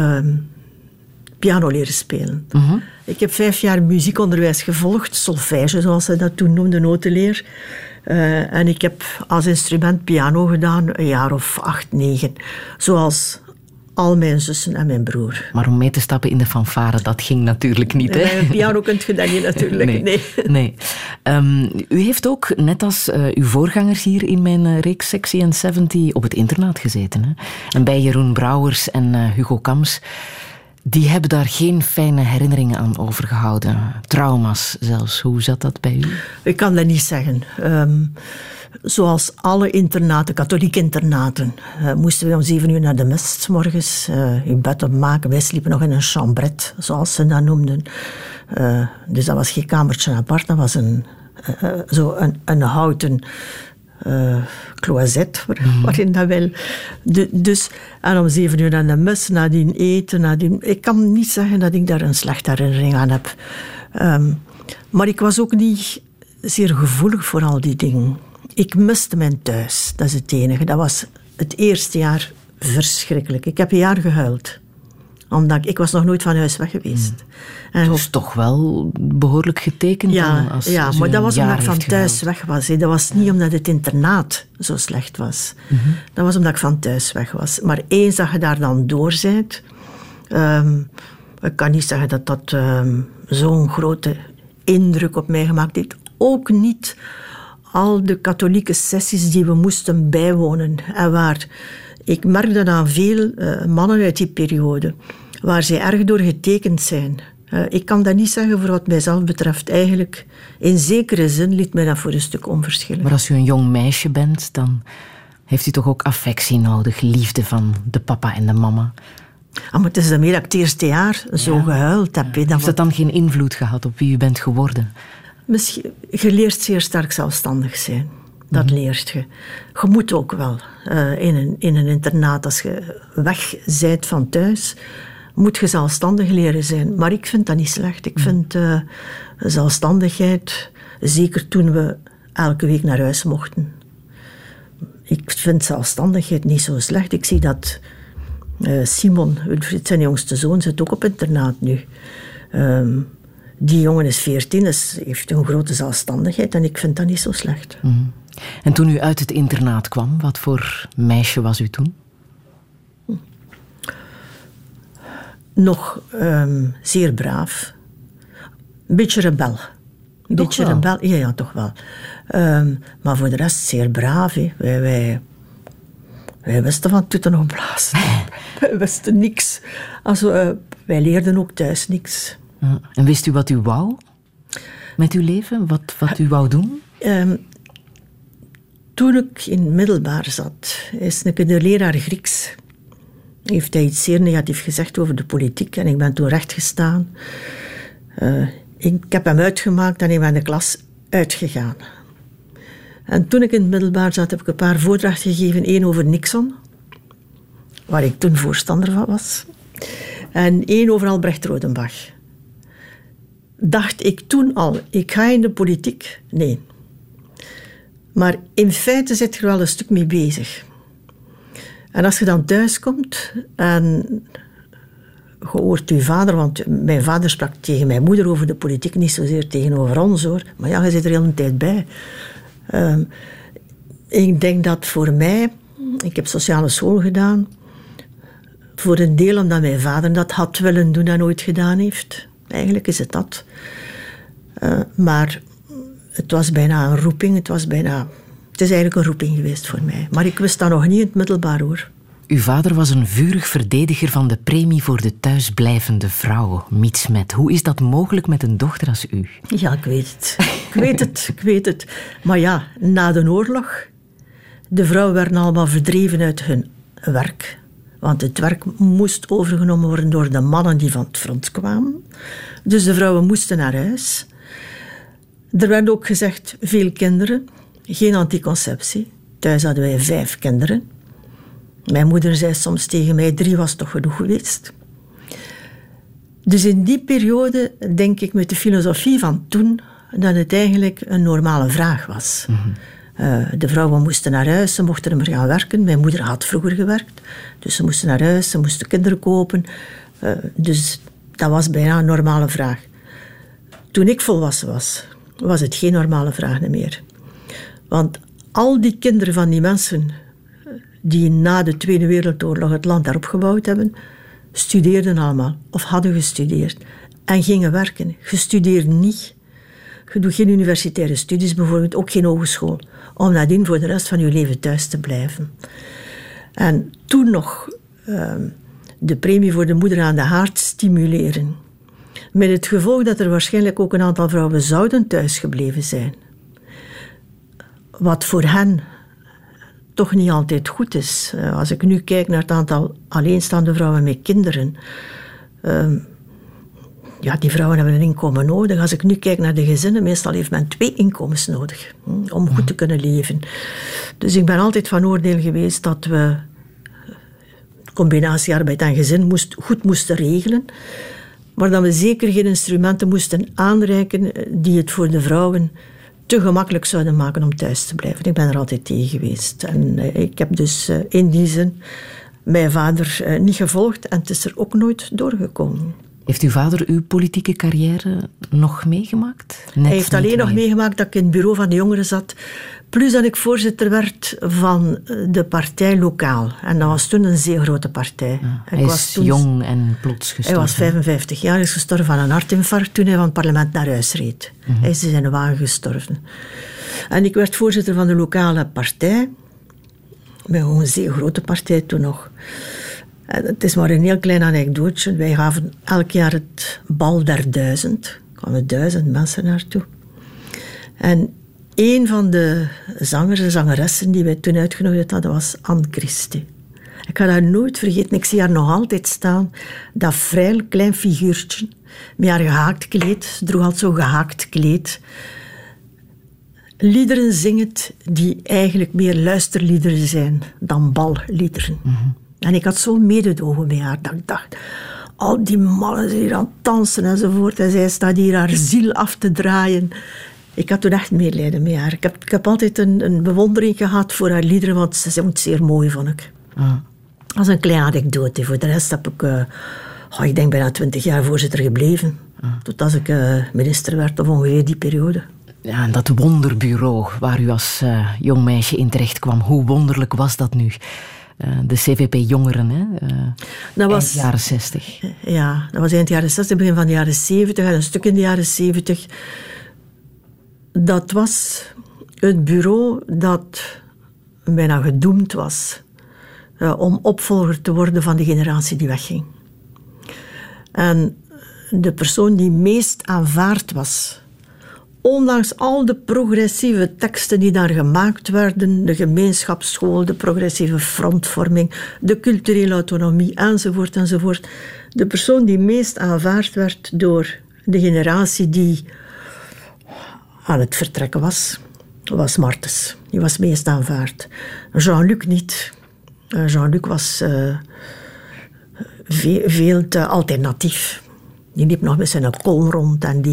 piano leren spelen. Ik heb 5 jaar muziekonderwijs gevolgd. Solfège, zoals ze dat toen noemden, notenleer. En ik heb als instrument piano gedaan, een jaar of 8, 9. Zoals al mijn zussen en mijn broer. Maar om mee te stappen in de fanfare, dat ging natuurlijk niet. Hè? Bij piano kunt je dat niet natuurlijk. Nee. U heeft ook, net als uw voorgangers hier in mijn reeks 60 en 70, op het internaat gezeten. Hè? En bij Jeroen Brouwers en Hugo Kams, die hebben daar geen fijne herinneringen aan overgehouden. Trauma's zelfs. Hoe zat dat bij u? Ik kan dat niet zeggen. zoals alle internaten, katholieke internaten, moesten we om 7 uur naar de mis 's morgens, je bed opmaken. Wij sliepen nog in een chambrette, zoals ze dat noemden. Dus dat was geen kamertje apart, dat was een houten closet, waarin dat wel. Dus, en om 7 uur naar de mis, nadien eten, ik kan niet zeggen dat ik daar een slechte herinnering aan heb. Maar ik was ook niet zeer gevoelig voor al die dingen. Ik miste mijn thuis, dat is het enige. Dat was het eerste jaar verschrikkelijk. Ik heb een jaar gehuild. Omdat ik was nog nooit van huis weg geweest. En dus toch wel behoorlijk getekend dan? Ja, maar dat was omdat ik van thuis weg was. Dat was niet omdat het internaat zo slecht was. Dat was omdat ik van thuis weg was. Maar eens dat je daar dan door bent... ik kan niet zeggen dat dat zo'n grote indruk op mij gemaakt heeft. Ook niet al de katholieke sessies die we moesten bijwonen. En waar... Ik merk dat aan veel mannen uit die periode, waar zij erg door getekend zijn. Ik kan dat niet zeggen voor wat mijzelf betreft. Eigenlijk, in zekere zin, liet mij dat voor een stuk onverschillig. Maar als u een jong meisje bent, dan heeft u toch ook affectie nodig? Liefde van de papa en de mama? Maar het is dan meer dat ik het eerste jaar zo gehuild heb. Heeft dat dan geen invloed gehad op wie u bent geworden? Misschien, je leert zeer sterk zelfstandig zijn. Dat leert je. Je moet ook wel. In een internaat, als je weg bent van thuis, moet je zelfstandig leren zijn. Maar ik vind dat niet slecht. Ik vind zelfstandigheid, zeker toen we elke week naar huis mochten. Ik vind zelfstandigheid niet zo slecht. Ik zie dat Simon, Wilfried, zijn jongste zoon, zit ook op internaat nu. Die jongen is 14, dus heeft een grote zelfstandigheid en ik vind dat niet zo slecht. En toen u uit het internaat kwam, wat voor meisje was u toen? Nog zeer braaf. Een beetje rebel. Ja, toch wel. Maar voor de rest zeer braaf. Wij wisten van toeten nog blazen. Wij wisten niks. Wij leerden ook thuis niks. En wist u wat u wou met uw leven? Wat u wou doen? Toen ik in het middelbaar zat, is de leraar Grieks. Heeft hij iets zeer negatiefs gezegd over de politiek. En ik ben toen recht gestaan. Ik heb hem uitgemaakt en ik ben de klas uitgegaan. En toen ik in het middelbaar zat, heb ik een paar voordrachten gegeven. Eén over Nixon, waar ik toen voorstander van was. En één over Albrecht Rodenbach. Dacht ik toen al, ik ga in de politiek? Nee. Maar in feite zit je er wel een stuk mee bezig. En als je dan thuis komt en je hoort je vader, want mijn vader sprak tegen mijn moeder over de politiek, niet zozeer tegenover ons hoor, maar ja, je zit er heel een tijd bij. Ik denk dat voor mij, ik heb sociale school gedaan, voor een deel omdat mijn vader dat had willen doen en nooit gedaan heeft. Eigenlijk is het dat. Maar het was bijna een roeping, het is eigenlijk een roeping geweest voor mij. Maar ik wist dat nog niet in het middelbaar hoor. Uw vader was een vurig verdediger van de premie voor de thuisblijvende vrouw, Miet Smet. Hoe is dat mogelijk met een dochter als u? Ja, ik weet het. Maar ja, na de oorlog, de vrouwen werden allemaal verdreven uit hun werk. Want het werk moest overgenomen worden door de mannen die van het front kwamen. Dus de vrouwen moesten naar huis. Er werd ook gezegd, veel kinderen, geen anticonceptie. Thuis hadden wij 5 kinderen. Mijn moeder zei soms tegen mij, 3 was toch genoeg geweest. Dus in die periode denk ik met de filosofie van toen dat het eigenlijk een normale vraag was. De vrouwen moesten naar huis, ze mochten er maar gaan werken. Mijn moeder had vroeger gewerkt, dus ze moesten naar huis, ze moesten kinderen kopen. Dus dat was bijna een normale vraag. Toen ik volwassen was het geen normale vraag meer. Want al die kinderen van die mensen die na de Tweede Wereldoorlog het land daarop gebouwd hebben, studeerden allemaal, of hadden gestudeerd, en gingen werken. Je studeert niet. Je doet geen universitaire studies, bijvoorbeeld, ook geen hogeschool, om nadien voor de rest van je leven thuis te blijven. En toen nog de premie voor de moeder aan de haard stimuleren. Met het gevolg dat er waarschijnlijk ook een aantal vrouwen zouden thuisgebleven zijn. wat voor hen toch niet altijd goed is. Als ik nu kijk naar het aantal alleenstaande vrouwen met kinderen. Die vrouwen hebben een inkomen nodig. Als ik nu kijk naar de gezinnen, meestal heeft men 2 inkomens nodig om goed te kunnen leven. Dus ik ben altijd van oordeel geweest dat we combinatie arbeid en gezin goed moesten regelen. Maar dat we zeker geen instrumenten moesten aanreiken die het voor de vrouwen te gemakkelijk zouden maken om thuis te blijven. Ik ben er altijd tegen geweest. En ik heb dus in die zin mijn vader niet gevolgd en het is er ook nooit doorgekomen. Heeft uw vader uw politieke carrière nog meegemaakt? Hij heeft alleen nog meegemaakt dat ik in het bureau van de jongeren zat. Plus dat ik voorzitter werd van de partij lokaal. En dat was toen een zeer grote partij. Ja, hij is jong en plots gestorven. Hij was 55 jaar, is gestorven van een hartinfarct toen hij van het parlement naar huis reed. Hij is in zijn wagen gestorven. En ik werd voorzitter van de lokale partij. Bij een zeer grote partij toen nog. En het is maar een heel klein anekdootje. Wij gaven elk jaar het bal der 1000. Er kwamen 1000 mensen naartoe. En een van de zangers en zangeressen die wij toen uitgenodigd hadden, was Anne Christie. Ik ga dat nooit vergeten. Ik zie haar nog altijd staan. Dat vrij klein figuurtje. Met haar gehaakt kleed. Ze droeg altijd zo'n gehaakt kleed. Liederen zingend die eigenlijk meer luisterliederen zijn dan balliederen. En ik had zo'n mededogen met haar dat ik dacht, al die mannen zijn hier aan het dansen enzovoort. En zij staat hier haar ziel af te draaien. Ik had toen echt medelijden met haar. Ik heb altijd een bewondering gehad voor haar liederen, want ze zijn zeer mooi, vond ik. Dat is een kleine anekdote. Voor de rest heb ik denk bijna 20 jaar voorzitter gebleven. Tot als ik minister werd, of ongeveer die periode. Ja, en dat wonderbureau waar u als jong meisje in terecht kwam, hoe wonderlijk was dat nu? De CVP-jongeren, eind jaren 60. Ja, dat was eind jaren 60, begin van de jaren 70 en een stuk in de jaren 70. Dat was het bureau dat bijna gedoemd was om opvolger te worden van de generatie die wegging. En de persoon die meest aanvaard was, ondanks al de progressieve teksten die daar gemaakt werden, de gemeenschapsschool, de progressieve frontvorming, de culturele autonomie, enzovoort, enzovoort. De persoon die meest aanvaard werd door de generatie die aan het vertrekken was Martens. Die was meest aanvaard. Jean-Luc niet. Jean-Luc was veel te alternatief. Die liep nog met zijn kool rond en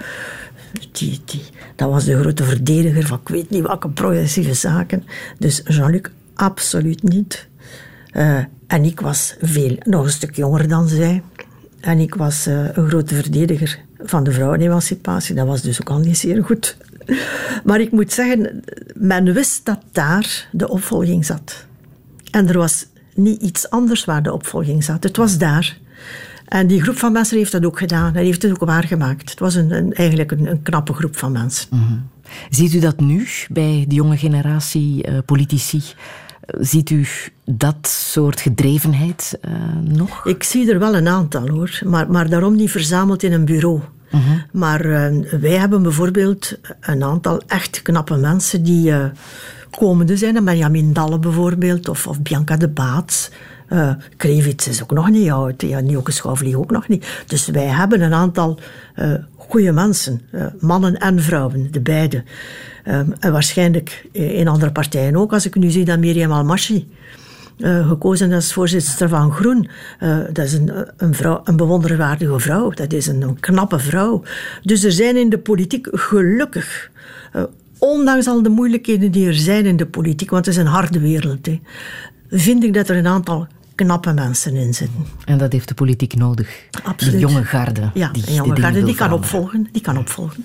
dat was de grote verdediger van ik weet niet welke progressieve zaken. Dus Jean-Luc absoluut niet. En ik was nog een stuk jonger dan zij. En ik was een grote verdediger van de vrouwenemancipatie. Dat was dus ook al niet zeer goed. Maar ik moet zeggen, men wist dat daar de opvolging zat. En er was niet iets anders waar de opvolging zat. Het was daar. En die groep van mensen heeft dat ook gedaan. En heeft het ook waargemaakt. Het was eigenlijk een knappe groep van mensen. Ziet u dat nu bij de jonge generatie politici? Ziet u dat soort gedrevenheid nog? Ik zie er wel een aantal, hoor. Maar daarom niet verzameld in een bureau. Maar wij hebben bijvoorbeeld een aantal echt knappe mensen die komende zijn. Benjamin Dalle bijvoorbeeld, of Bianca de Baats. Krevits is ook nog niet oud. Ja, Nioke Schouwvlieg ook nog niet. Dus wij hebben een aantal goede mensen. Mannen en vrouwen, de beide. En waarschijnlijk in andere partijen ook. Als ik nu zie dat Miriam Almashi gekozen als voorzitter van Groen. Dat is een bewonderenswaardige vrouw. Dat is een knappe vrouw. Dus er zijn in de politiek gelukkig, ondanks al de moeilijkheden die er zijn in de politiek, want het is een harde wereld, vind ik dat er een aantal knappe mensen in zitten. En dat heeft de politiek nodig. Absoluut. Die jonge garde. Ja, die jonge garde die kan opvolgen. Die kan opvolgen.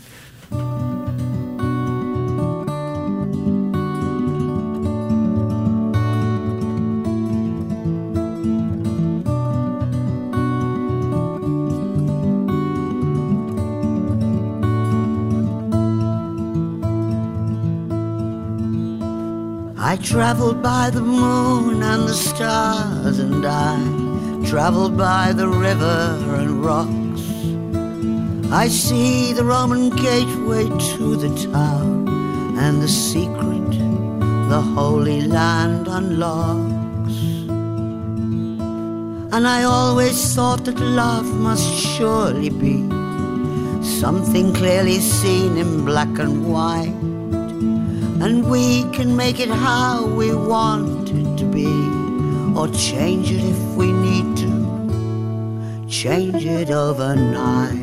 I traveled by the moon and the stars, and I traveled by the river and rocks. I see the Roman gateway to the town, and the secret the Holy Land unlocks. And I always thought that love must surely be something clearly seen in black and white, and we can make it how we want it to be, or change it if we need to, change it overnight.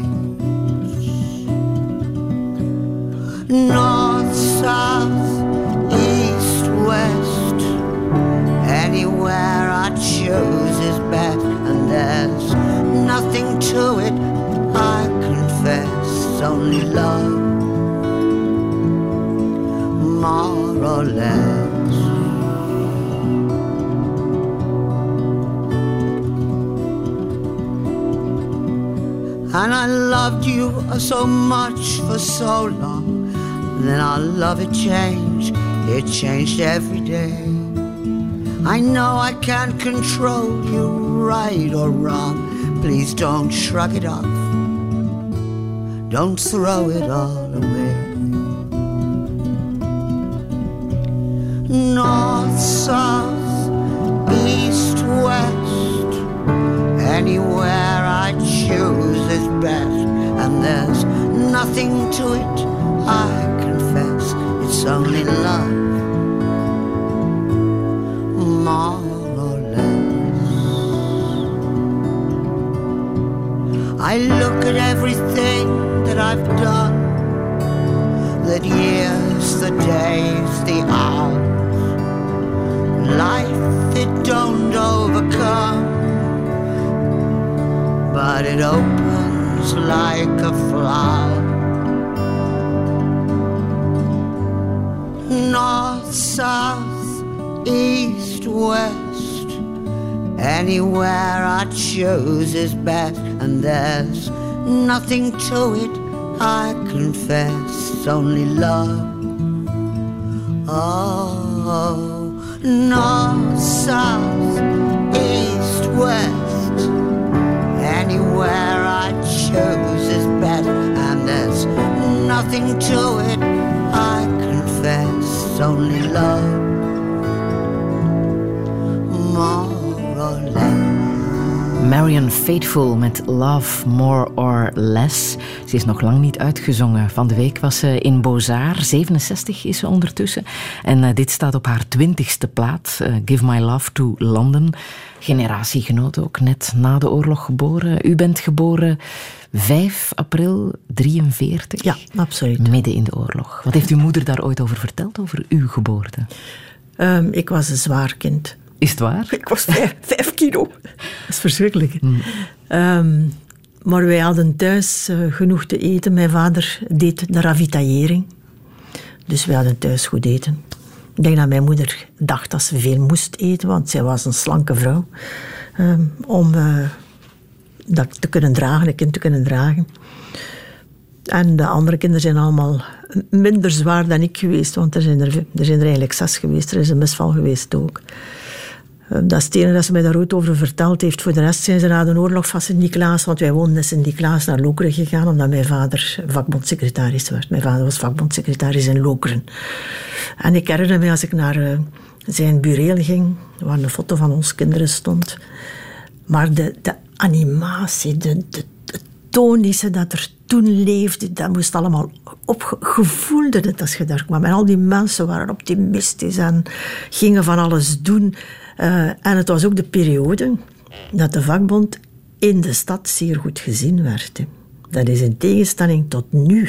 North, south, east, west, anywhere I choose is best, and there's nothing to it, I confess, only love, more or less. And I loved you so much for so long, then our love it changed every day. I know I can't control you right or wrong, please don't shrug it off, don't throw it all away. North, south, east, west, anywhere I choose is best, and there's nothing to it, I confess, it's only love, more or less. I look at everything that I've done, the years, the days, the hours, life it don't overcome, but it opens like a flower. North, south, east, west, anywhere I choose is best, and there's nothing to it, I confess, only love. Oh, north, south, east, west, anywhere I choose is best, and there's nothing to it, I confess, only love, more or less. Marianne Faithfull met Love More or Less. Ze is nog lang niet uitgezongen. Van de week was ze in Beaux-Arts. 67 is ze ondertussen. En dit staat op haar 20ste plaat. Give My Love to London. Generatiegenoot ook, net na de oorlog geboren. U bent geboren 5 april 43. Ja, absoluut. Midden in de oorlog. Wat heeft uw moeder daar ooit over verteld, over uw geboorte? Ik was een zwaar kind. Is het waar? Ik was 5 kilo. Dat is verschrikkelijk. Maar wij hadden thuis genoeg te eten. Mijn vader deed de ravitaillering. Dus wij hadden thuis goed eten. Ik denk dat mijn moeder dacht dat ze veel moest eten, want zij was een slanke vrouw. Om dat te kunnen dragen, een kind te kunnen dragen. En de andere kinderen zijn allemaal minder zwaar dan ik geweest, want er zijn er eigenlijk 6 geweest. Er is een misval geweest ook. Dat is het enige dat ze mij daar ooit over verteld heeft. Voor de rest zijn ze na de oorlog van Sint-Niklaas, want wij woonden in Sint-Niklaas, naar Lokeren gegaan, omdat mijn vader vakbondsecretaris werd. Mijn vader was vakbondsecretaris in Lokeren. En ik herinner me als ik naar zijn bureel ging, waar een foto van ons kinderen stond. Maar de animatie, de toon die ze dat er toen leefde, dat moest allemaal opgevoelde het als je daar kwam. En al die mensen waren optimistisch en gingen van alles doen. En het was ook de periode dat de vakbond in de stad zeer goed gezien werd. Hè. Dat is in tegenstelling tot nu.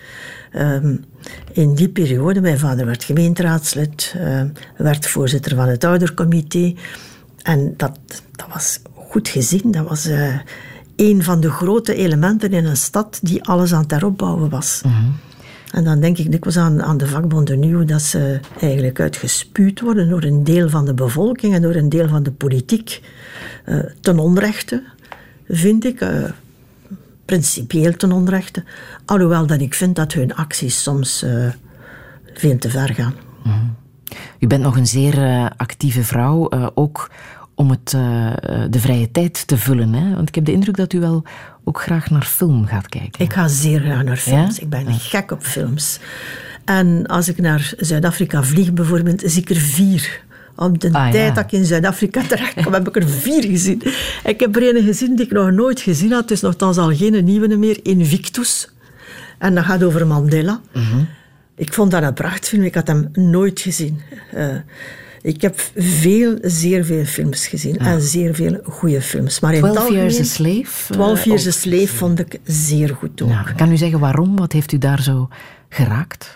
In die periode, mijn vader werd gemeenteraadslid, werd voorzitter van het oudercomité. En dat was goed gezien. Dat was een van de grote elementen in een stad die alles aan het heropbouwen was. Mm-hmm. En dan denk ik dikwijls aan de vakbonden nu, dat ze eigenlijk uitgespuwd worden door een deel van de bevolking en door een deel van de politiek. Ten onrechte, vind ik. Principieel ten onrechte. Alhoewel dat ik vind dat hun acties soms veel te ver gaan. Mm-hmm. U bent nog een zeer actieve vrouw, ook om de vrije tijd te vullen. Hè? Want ik heb de indruk dat u wel ook graag naar film gaat kijken. Ik ga zeer graag naar films. Ja? Ik ben gek op films. En als ik naar Zuid-Afrika vlieg bijvoorbeeld, zie ik er 4. Op de tijd dat ik in Zuid-Afrika terecht kwam, heb ik er 4 gezien. Ik heb er een gezien die ik nog nooit gezien had. Het is nogthans al geen nieuwe meer. Invictus. En dat gaat over Mandela. Ik vond dat een prachtfilm. Ik had hem nooit gezien. Ik heb zeer veel films gezien. En zeer veel goede films. Maar in 12 Years a Slave? 12 Years a Slave vond ik zeer goed ook. Ja, kan u zeggen waarom? Wat heeft u daar zo geraakt?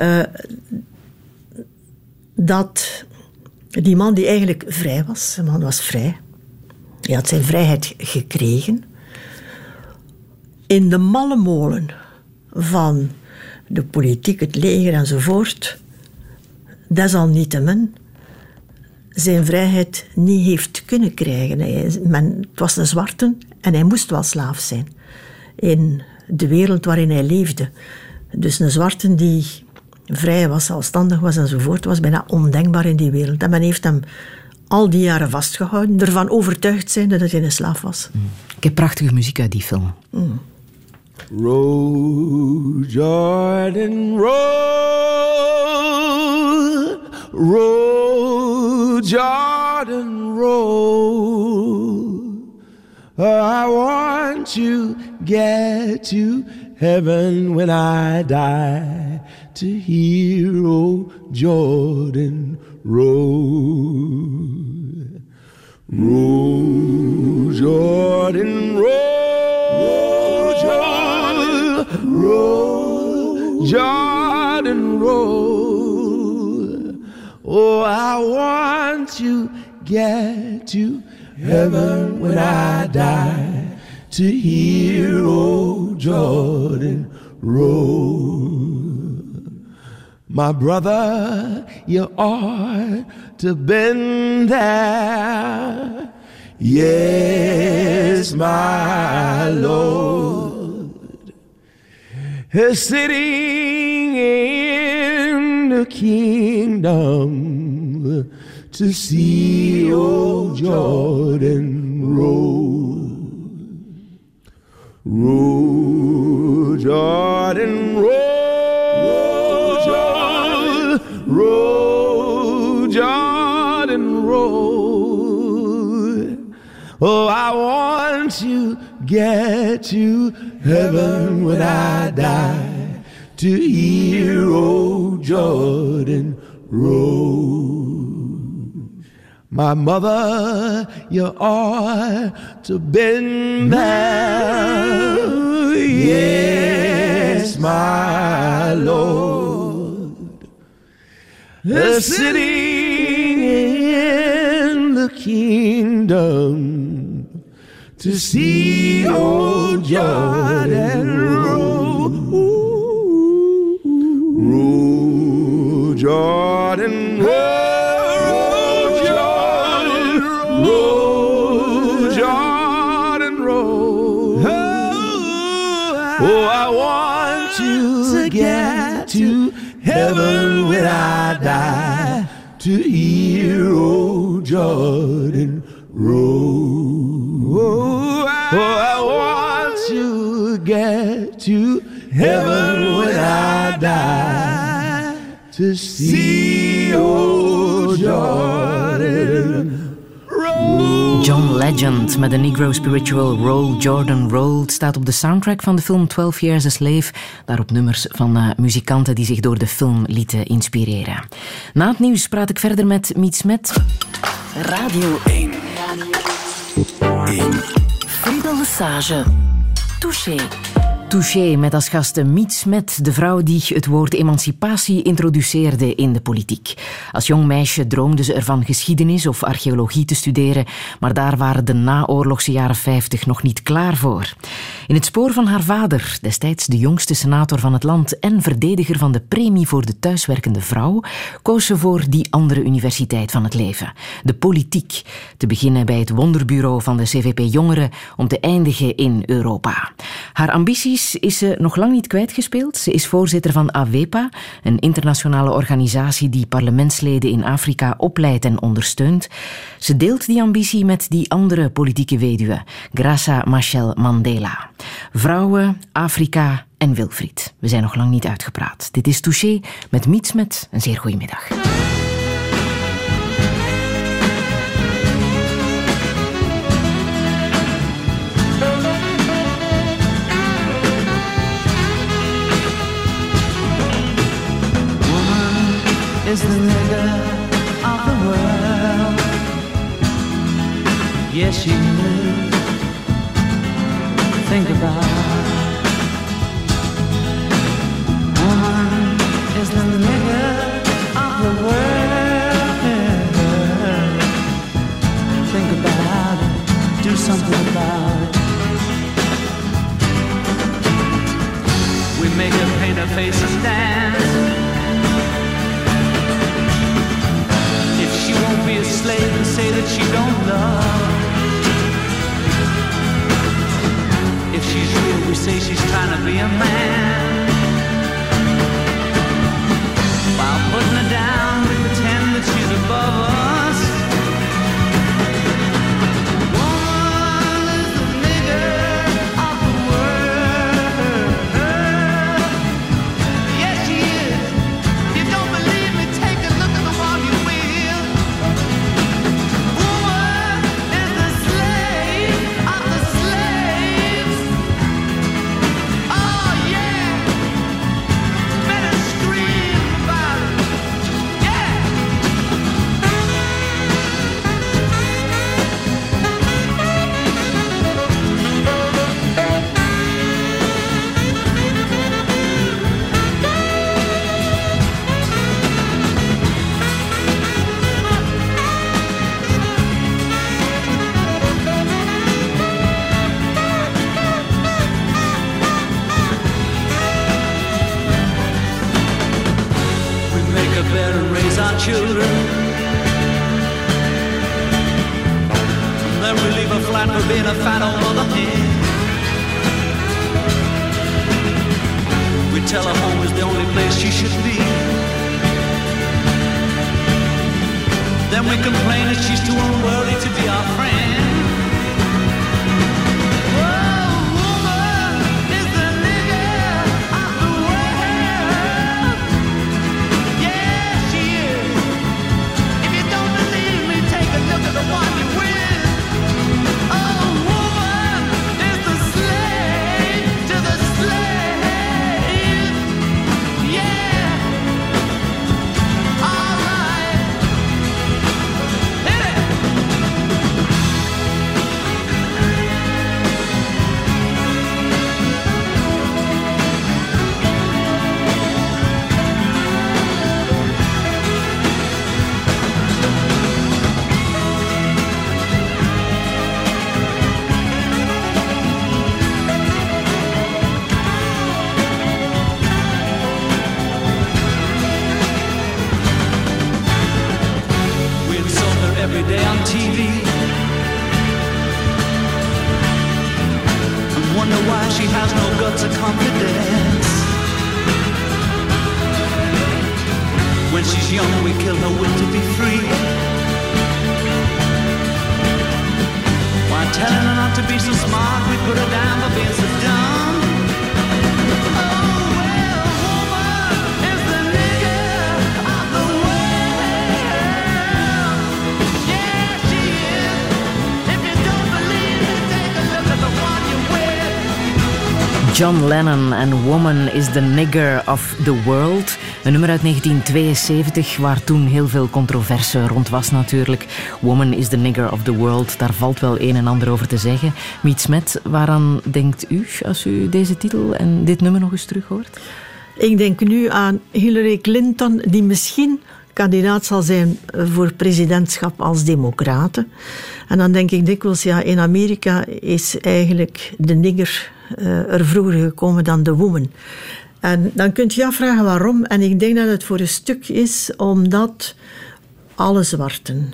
Dat die man die eigenlijk vrij was, de man was vrij. Hij had zijn vrijheid gekregen. In de malle molen van de politiek, het leger enzovoort, desalniettemin zijn vrijheid niet heeft kunnen krijgen. Het was een zwarte en hij moest wel slaaf zijn in de wereld waarin hij leefde. Dus een zwarte die vrij was, zelfstandig was enzovoort, was bijna ondenkbaar in die wereld. En men heeft hem al die jaren vastgehouden, ervan overtuigd zijn dat hij een slaaf was. Ik heb prachtige muziek uit die film. Roll, Jordan, roll, roll, Jordan, roll. I want to get to heaven when I die, to hear old Jordan roll. Roll, Jordan, roll, Jordan, roll, Jordan, roll. Oh, I want to get to heaven when I die, to hear old Jordan roll. My brother, you ought to been there. Yes, my Lord. He's sitting in the kingdom to see old Jordan roll. Roll, Jordan, roll, Jordan, roll, Jordan, roll. Oh, I want to get to heaven when I die, to hear old Jordan roll. My mother, you ought to been there. Yes, my Lord. Sitting in the kingdom to see old Jordan roll. Roll, Jordan, roll. Oh, I want to get to heaven when I die, to hear old Jordan roll. Oh, I want to get to heaven when I die, to see old Jordan roll. John Legend met de Negro Spiritual Roll, Jordan Roll. Het staat op de soundtrack van de film 12 Years a Slave. Daarop nummers van muzikanten die zich door de film lieten inspireren. Na het nieuws praat ik verder met Miet Smet. Radio 1. Friedel Lesage. Touché. Touché met als gasten Miet Smet, de vrouw die het woord emancipatie introduceerde in de politiek. Als jong meisje droomde ze ervan geschiedenis of archeologie te studeren, maar daar waren de naoorlogse jaren 50 nog niet klaar voor. In het spoor van haar vader, destijds de jongste senator van het land en verdediger van de premie voor de thuiswerkende vrouw, koos ze voor die andere universiteit van het leven, de politiek. Te beginnen bij het wonderbureau van de CVP Jongeren om te eindigen in Europa. Haar ambities Precies is ze nog lang niet kwijtgespeeld. Ze is voorzitter van AWEPA, een internationale organisatie die parlementsleden in Afrika opleidt en ondersteunt. Ze deelt die ambitie met die andere politieke weduwe, Graça Machel Mandela. Vrouwen, Afrika en Wilfried. We zijn nog lang niet uitgepraat. Dit is Touché met Miet Smet. Een zeer goede middag. Is the nigger of the world. Yes, you do. Think about it. Woman is the nigger of the world. Think about it. Do something about it. We make her paint her face and dance. She won't be a slave and say that she don't love. If she's real, we say she's trying to be a man. While putting her down, we pretend that she's above us. Woman is the nigger of the world. Yes, she is. If you don't believe me, take a look at the one you will. Better raise our children and then we leave her flat for being a fat old mother hen. We tell her home is the only place she should be. Then we complain that she's too unworthy to be our friend. Every day on TV and wonder why she has no guts or confidence. When she's young we kill her will to be free. Why telling her not to be so smart we put her down for being so dumb. John Lennon en Woman is the Nigger of the World. Een nummer uit 1972 waar toen heel veel controverse rond was natuurlijk. Woman is the Nigger of the World, daar valt wel een en ander over te zeggen. Miet Smet, waaraan denkt u als u deze titel en dit nummer nog eens terug hoort? Ik denk nu aan Hillary Clinton, die misschien kandidaat zal zijn voor presidentschap als democrate. En dan denk ik dikwijls, ja, in Amerika is eigenlijk de nigger er vroeger gekomen dan de woman. En dan kunt je je afvragen waarom. En ik denk dat het voor een stuk is omdat alle zwarten,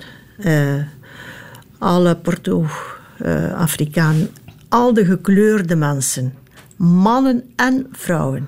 alle Porto-Afrikaan, al de gekleurde mensen mannen en vrouwen,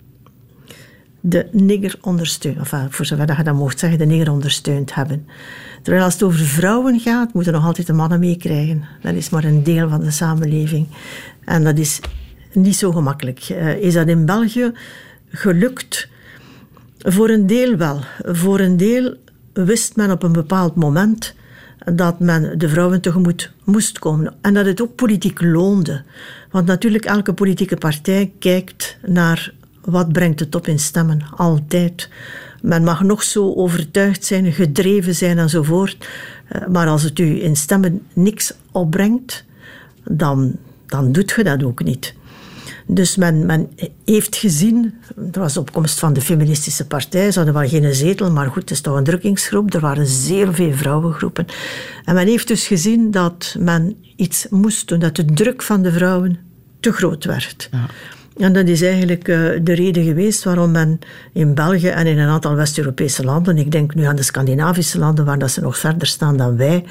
de nigger ondersteund, enfin, voor zover dat je dat mocht zeggen, de nigger ondersteund hebben. Terwijl als het over vrouwen gaat, moeten nog altijd de mannen meekrijgen. Dat is maar een deel van de samenleving. En dat is niet zo gemakkelijk. Is dat in België gelukt? Voor een deel wel. Voor een deel wist men op een bepaald moment dat men de vrouwen tegemoet moest komen. En dat het ook politiek loonde. Want natuurlijk, elke politieke partij kijkt naar wat brengt het op in stemmen. Altijd. Men mag nog zo overtuigd zijn, gedreven zijn enzovoort. Maar als het u in stemmen niks opbrengt, dan doet je dat ook niet. Dus men heeft gezien, er was de opkomst van de feministische partij, ze hadden wel geen zetel, maar goed, het is toch een drukkingsgroep, er waren zeer veel vrouwengroepen. En men heeft dus gezien dat men iets moest doen, dat de druk van de vrouwen te groot werd. Ja. En dat is eigenlijk de reden geweest waarom men in België en in een aantal West-Europese landen, ik denk nu aan de Scandinavische landen, waar dat ze nog verder staan dan wij,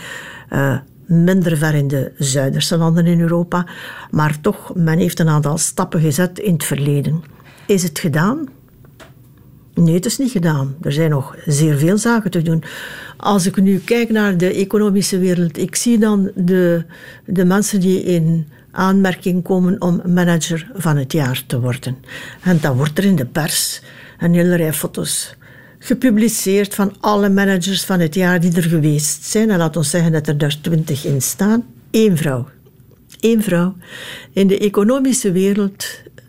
minder ver in de Zuiderse landen in Europa, maar toch, men heeft een aantal stappen gezet in het verleden. Is het gedaan? Nee, het is niet gedaan. Er zijn nog zeer veel zaken te doen. Als ik nu kijk naar de economische wereld, ik zie dan de mensen die in aanmerking komen om manager van het jaar te worden. En dan wordt er in de pers een hele rij foto's gepubliceerd van alle managers van het jaar die er geweest zijn. En laat ons zeggen dat er daar 20 in staan. 1 vrouw. 1 vrouw. In de economische wereld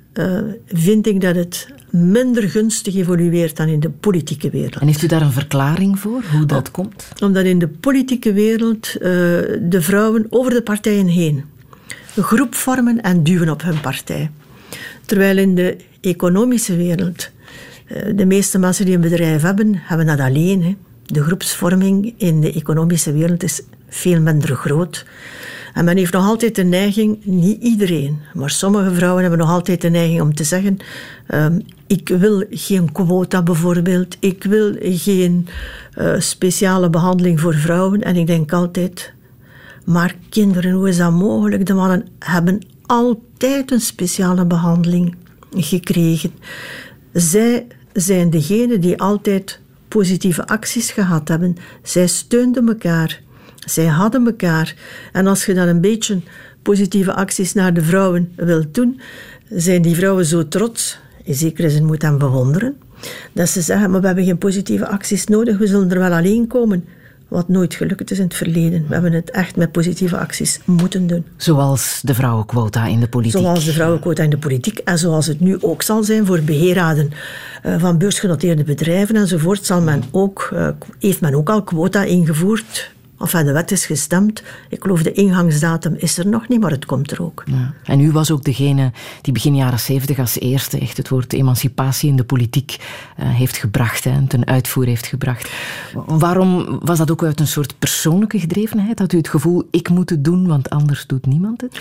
vind ik dat het minder gunstig evolueert dan in de politieke wereld. En heeft u daar een verklaring voor, hoe dat komt? Omdat in de politieke wereld de vrouwen over de partijen heen een groep vormen en duwen op hun partij. Terwijl in de economische wereld de meeste mensen die een bedrijf hebben dat alleen. Hè. De groepsvorming in de economische wereld is veel minder groot. En men heeft nog altijd de neiging, niet iedereen, maar sommige vrouwen hebben nog altijd de neiging om te zeggen, ik wil geen quota bijvoorbeeld, ik wil geen speciale behandeling voor vrouwen. En ik denk altijd, maar kinderen, hoe is dat mogelijk? De mannen hebben altijd een speciale behandeling gekregen. Zij zijn degenen die altijd positieve acties gehad hebben. Zij steunden elkaar. Zij hadden elkaar. En als je dan een beetje positieve acties naar de vrouwen wilt doen, zijn die vrouwen zo trots, in zekere zin moet hen bewonderen, dat ze zeggen, maar we hebben geen positieve acties nodig, we zullen er wel alleen komen. Wat nooit gelukt is in het verleden. We hebben het echt met positieve acties moeten doen. Zoals de vrouwenquota in de politiek. Zoals de vrouwenquota in de politiek. En zoals het nu ook zal zijn voor beheerraden van beursgenoteerde bedrijven enzovoort, heeft men ook al quota ingevoerd. Enfin, de wet is gestemd. Ik geloof de ingangsdatum is er nog niet, maar het komt er ook. Ja. En u was ook degene die begin jaren 70 als eerste echt het woord emancipatie in de politiek heeft gebracht en ten uitvoer heeft gebracht. Waarom was dat ook uit een soort persoonlijke gedrevenheid? Had u het gevoel, ik moet het doen, want anders doet niemand het?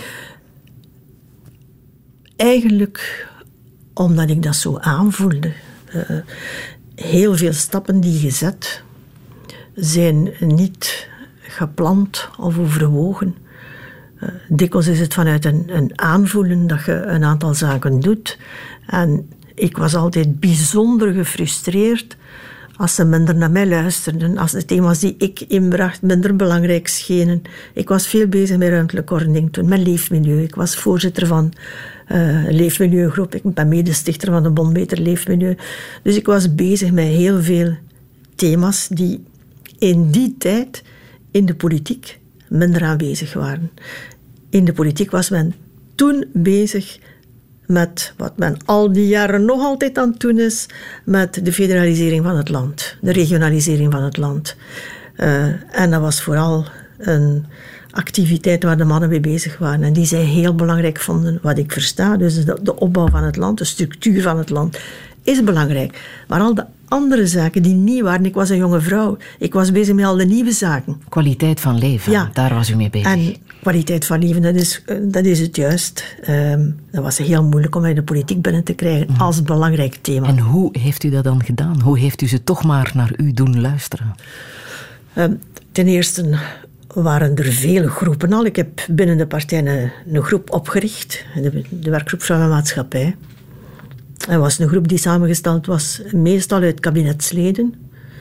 Eigenlijk omdat ik dat zo aanvoelde. Heel veel stappen die gezet zijn niet gepland of overwogen. Dikwijls is het vanuit een aanvoelen dat je een aantal zaken doet. En ik was altijd bijzonder gefrustreerd als ze minder naar mij luisterden, als de thema's die ik inbracht minder belangrijk schenen. Ik was veel bezig met ruimtelijke ordening toen, met leefmilieu. Ik was voorzitter van een leefmilieugroep. Ik ben medestichter van de Bond Beter Leefmilieu. Dus ik was bezig met heel veel thema's die in die tijd in de politiek minder aanwezig waren. In de politiek was men toen bezig met wat men al die jaren nog altijd aan het doen is, met de federalisering van het land, de regionalisering van het land. En dat was vooral een activiteit waar de mannen mee bezig waren en die zij heel belangrijk vonden, wat ik versta. Dus de opbouw van het land, de structuur van het land is belangrijk. Maar al de andere zaken die niet waren, ik was een jonge vrouw, ik was bezig met al de nieuwe zaken. Kwaliteit van leven, ja. Daar was u mee bezig. En kwaliteit van leven, dat is het juist. Dat was heel moeilijk om in de politiek binnen te krijgen als belangrijk thema. En hoe heeft u dat dan gedaan? Hoe heeft u ze toch maar naar u doen luisteren? Ten eerste waren er vele groepen al. Ik heb binnen de partij een groep opgericht, de werkgroep Vrouw en Maatschappij. Het was een groep die samengesteld was meestal uit kabinetsleden.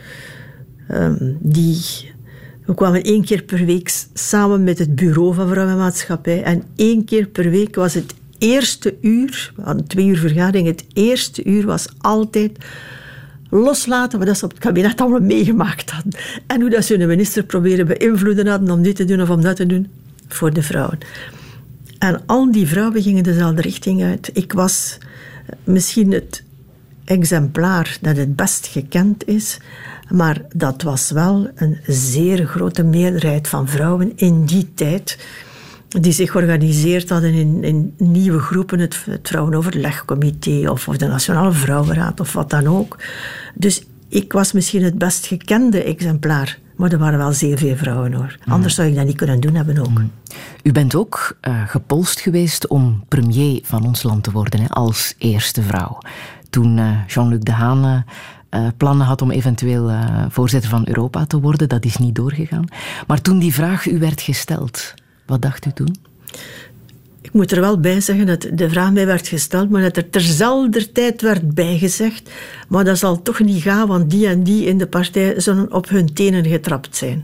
We kwamen 1 keer per week samen met het bureau van Vrouw en Maatschappij. En 1 keer per week was het eerste uur, we hadden 2 uur vergadering, het eerste uur was altijd loslaten wat ze op het kabinet allemaal meegemaakt hadden. En hoe dat ze hun minister proberen beïnvloeden hadden om dit te doen of om dat te doen voor de vrouwen. En al die vrouwen gingen dezelfde richting uit. Ik was misschien het exemplaar dat het best gekend is, maar dat was wel een zeer grote meerderheid van vrouwen in die tijd die zich georganiseerd hadden in nieuwe groepen, het Vrouwenoverlegcomité of de Nationale Vrouwenraad of wat dan ook. Dus ik was misschien het best gekende exemplaar, maar er waren wel zeer veel vrouwen hoor. Anders zou ik dat niet kunnen doen hebben ook. U bent ook gepolst geweest om premier van ons land te worden, hè, als eerste vrouw. Toen Jean-Luc Dehaene plannen had om eventueel voorzitter van Europa te worden, dat is niet doorgegaan. Maar toen die vraag u werd gesteld, wat dacht u toen? Ik moet er wel bij zeggen dat de vraag mij werd gesteld, maar dat er terzelfde tijd werd bijgezegd, maar dat zal toch niet gaan, want die en die in de partij zullen op hun tenen getrapt zijn.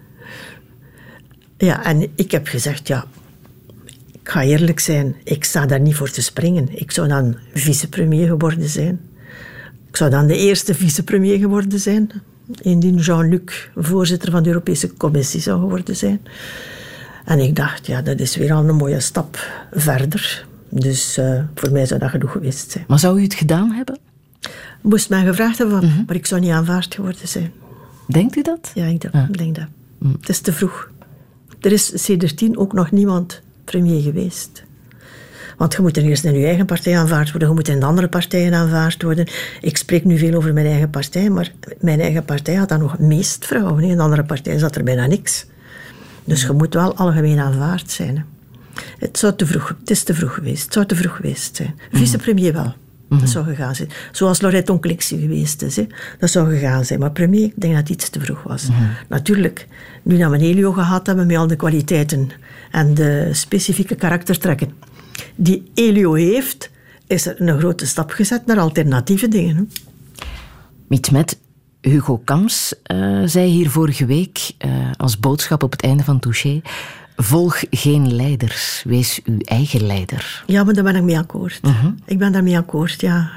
Ja, en ik heb gezegd, ja, ik ga eerlijk zijn, ik sta daar niet voor te springen. Ik zou dan vicepremier geworden zijn. Ik zou dan de eerste vicepremier geworden zijn, indien Jean-Luc voorzitter van de Europese Commissie zou geworden zijn. En ik dacht, ja, dat is weer al een mooie stap verder. Dus voor mij zou dat genoeg geweest zijn. Maar zou u het gedaan hebben? Moest men gevraagd hebben, maar ik zou niet aanvaard geworden zijn. Denkt u dat? Ja, ik denk dat. Het is te vroeg. Er is sedertdien ook nog niemand premier geweest. Want je moet er eerst in je eigen partij aanvaard worden, je moet in de andere partijen aanvaard worden. Ik spreek nu veel over mijn eigen partij, maar mijn eigen partij had dan nog meest vrouwen. In de andere partij zat er bijna niks. Dus je moet wel algemeen aanvaard zijn. Hè. Het is te vroeg geweest. Het zou te vroeg geweest zijn. Vicepremier wel. Dat zou gegaan zijn. Zoals Laurette Onklixie geweest is. Hè. Dat zou gegaan zijn. Maar premier, ik denk dat het iets te vroeg was. Natuurlijk, nu dat we Elio gehad hebben met al de kwaliteiten en de specifieke karaktertrekken die Elio heeft, is er een grote stap gezet naar alternatieve dingen. Hè. Met Hugo Kamps zei hier vorige week als boodschap op het einde van Touché: volg geen leiders, wees uw eigen leider. Ja, maar daar ben ik mee akkoord. Ik ben daarmee akkoord, ja.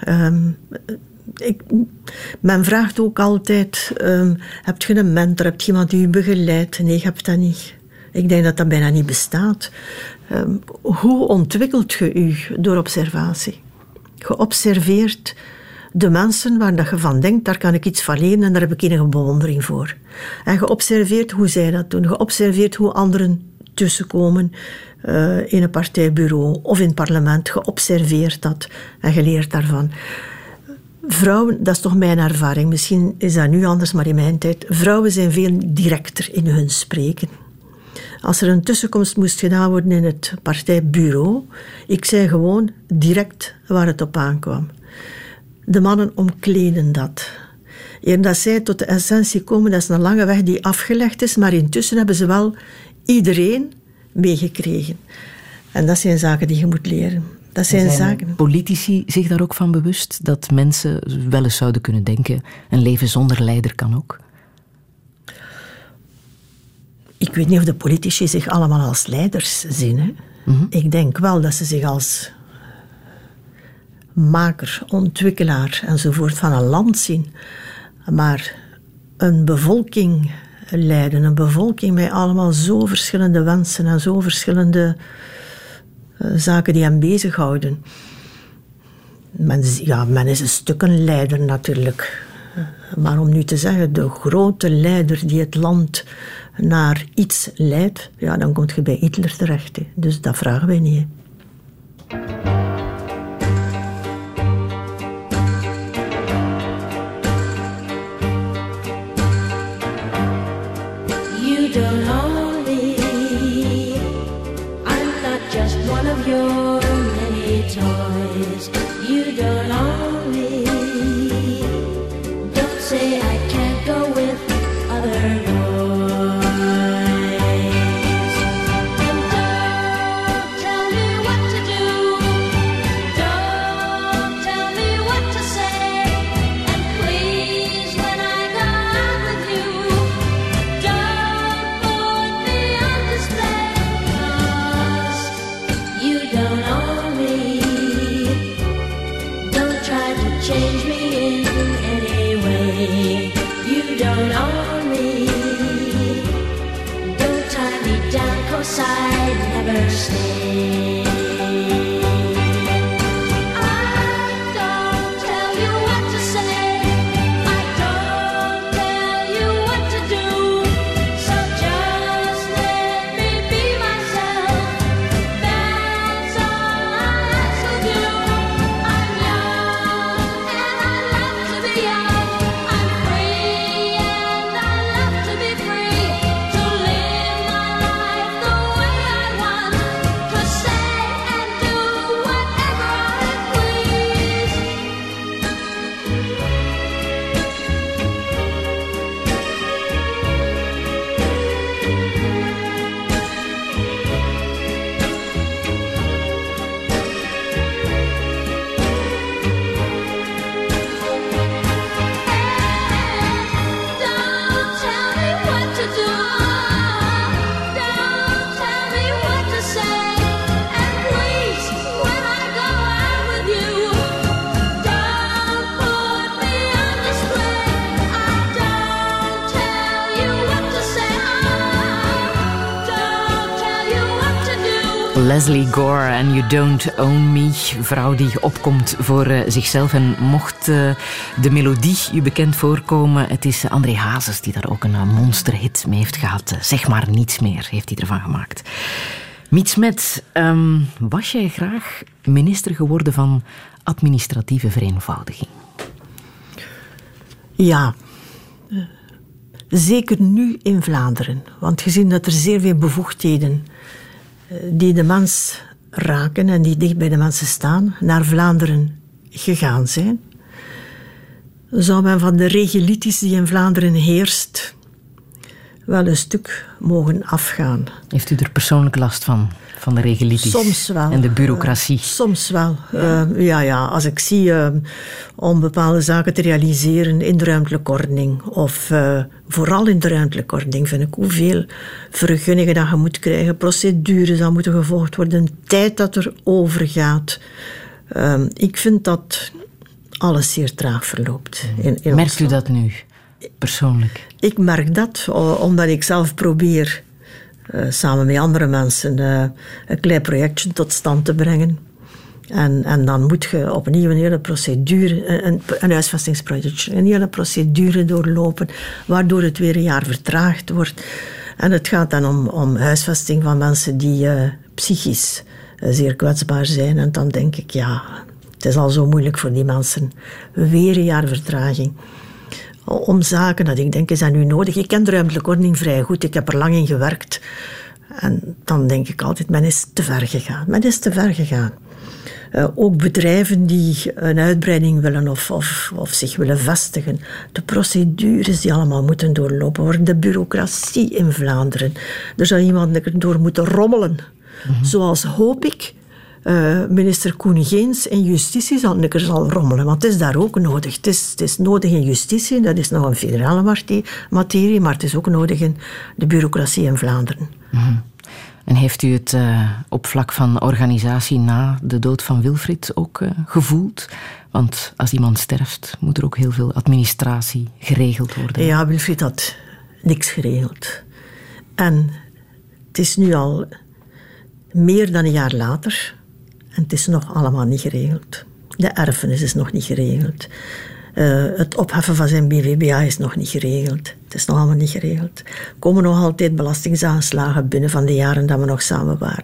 Men vraagt ook altijd, heb je een mentor, heb je iemand die u begeleidt? Nee, ik heb dat niet. Ik denk dat dat bijna niet bestaat. Hoe ontwikkelt je u door observatie? Je observeert de mensen waar dat je van denkt, daar kan ik iets van leren en daar heb ik enige bewondering voor. En je observeert hoe zij dat doen. Je observeert hoe anderen tussenkomen in een partijbureau of in het parlement. Je observeert dat en je leert daarvan. Vrouwen, dat is toch mijn ervaring, misschien is dat nu anders, maar in mijn tijd, vrouwen zijn veel directer in hun spreken. Als er een tussenkomst moest gedaan worden in het partijbureau, ik zei gewoon direct waar het op aankwam. De mannen omkleden dat. Eer dat zij tot de essentie komen, dat is een lange weg die afgelegd is, maar intussen hebben ze wel iedereen meegekregen. En dat zijn zaken die je moet leren. Dat zijn zaken. Politici zich daar ook van bewust dat mensen wel eens zouden kunnen denken: een leven zonder leider kan ook? Ik weet niet of de politici zich allemaal als leiders zien. Hè? Ik denk wel dat ze zich als maker, ontwikkelaar enzovoort van een land zien. Maar een bevolking leiden, een bevolking met allemaal zo verschillende wensen en zo verschillende zaken die hem bezighouden. Men is een stuk een leider natuurlijk. Maar om nu te zeggen, de grote leider die het land naar iets leidt, ja, dan kom je bij Hitler terecht. Hè. Dus dat vragen wij niet. Hè. You don't own me. I'm not just one of your many toys. You don't own me. Don't say I can't go with other boys. promise I'd never say. I don't tell you what to say, I don't tell you what to do, so just let me be myself, that's all I ask of you. I'm young and I love to be young, I'm free and I love to be free, to live my life the way I want, to say and do whatever I please. Don't tell me what to do, don't tell me what to say, and please, when I go out with you, don't put me on display. I don't tell you what to say, don't tell you what to do. Leslie Gore en You Don't Own Me. Vrouw die opkomt voor zichzelf. En mocht de melodie je bekend voorkomen, het is André Hazes die daar ook een monsterhit mee heeft gehad. Zeg maar niets meer heeft hij ervan gemaakt. Miet Smet, was jij graag minister geworden van administratieve vereenvoudiging? Ja, zeker nu in Vlaanderen. Want gezien dat er zeer veel bevoegdheden die de mens raken en die dicht bij de mensen staan, naar Vlaanderen gegaan zijn, zou men van de regelitis die in Vlaanderen heerst wel een stuk mogen afgaan. Heeft u er persoonlijk last van de regelitis? Soms wel. En de bureaucratie? Soms wel. Ja, als ik zie om bepaalde zaken te realiseren in de ruimtelijke ordening, of vooral in de ruimtelijke ordening, vind ik hoeveel vergunningen dat je moet krijgen, procedures dat moeten gevolgd worden, tijd dat er overgaat. Ik vind dat alles zeer traag verloopt. In Merkt u dat nu, persoonlijk? Ik merk dat, omdat ik zelf probeer samen met andere mensen een klein projectje tot stand te brengen. En dan moet je opnieuw een hele procedure, een huisvestingsprojectje, een hele procedure doorlopen, waardoor het weer een jaar vertraagd wordt. En het gaat dan om huisvesting van mensen die psychisch zeer kwetsbaar zijn. En dan denk ik, ja, het is al zo moeilijk voor die mensen. Weer een jaar vertraging. Om zaken dat ik denk, is dat nu nodig? Ik ken de ruimtelijke ordening vrij goed. Ik heb er lang in gewerkt. En dan denk ik altijd, men is te ver gegaan. Men is te ver gegaan. Ook bedrijven die een uitbreiding willen of zich willen vestigen. De procedures die allemaal moeten doorlopen worden. De bureaucratie in Vlaanderen. Er zou iemand er door moeten rommelen. Mm-hmm. Zoals, hoop ik, minister Koenigeens in justitie zal rommelen. Want het is daar ook nodig. Het is nodig in justitie. Dat is nog een federale materie. Maar het is ook nodig in de bureaucratie in Vlaanderen. Mm-hmm. En heeft u het op vlak van organisatie na de dood van Wilfried ook gevoeld? Want als iemand sterft, moet er ook heel veel administratie geregeld worden. Ja, Wilfried had niks geregeld. En het is nu al meer dan een jaar later en het is nog allemaal niet geregeld. De erfenis is nog niet geregeld. Het opheffen van zijn BVBA is nog niet geregeld. Het is nog allemaal niet geregeld. Er komen nog altijd belastingaanslagen binnen van de jaren dat we nog samen waren.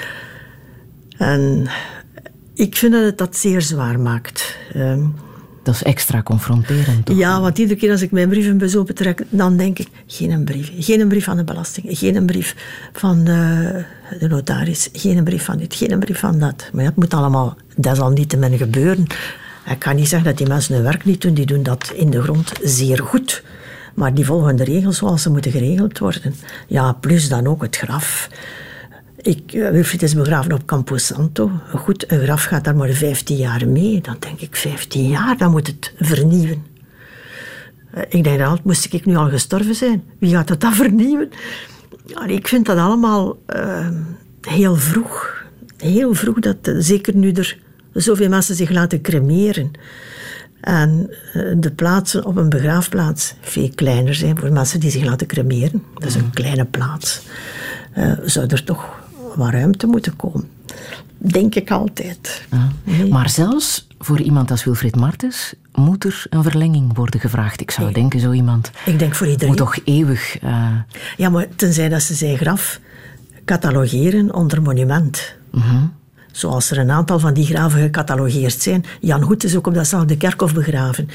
En ik vind dat het dat zeer zwaar maakt. Dat is extra confronterend, toch? Ja, want iedere keer als ik mijn brievenbus opentrek, dan denk ik, geen brief. Geen brief van de belasting, geen brief van de notaris, geen brief van dit, geen brief van dat. Maar ja, het moet allemaal desalniettemin gebeuren. Ik kan niet zeggen dat die mensen hun werk niet doen, die doen dat in de grond zeer goed. Maar die volgen de regels zoals ze moeten geregeld worden. Ja, plus dan ook het graf. Wilfried is begraven op Campo Santo. Goed, een graf gaat daar maar 15 jaar mee. Dan denk ik, 15 jaar, dan moet het vernieuwen. Ik denk dat moest ik nu al gestorven zijn. Wie gaat het dan vernieuwen? Ja, ik vind dat allemaal heel vroeg. Heel vroeg, dat zeker nu er zoveel mensen zich laten cremeren. En de plaatsen op een begraafplaats veel kleiner zijn voor mensen die zich laten cremeren. Dat is een kleine plaats. zou er toch wat ruimte moeten komen. Denk ik altijd. Ja. Nee. Maar zelfs voor iemand als Wilfried Martens moet er een verlenging worden gevraagd. Ik zou denken, zo iemand Ik denk voor iedereen. moet toch eeuwig... Ja, maar tenzij dat ze zijn graf catalogeren onder monument. Zoals er een aantal van die graven gecatalogeerd zijn. Jan Hoet is ook op datzelfde kerkhof begraven.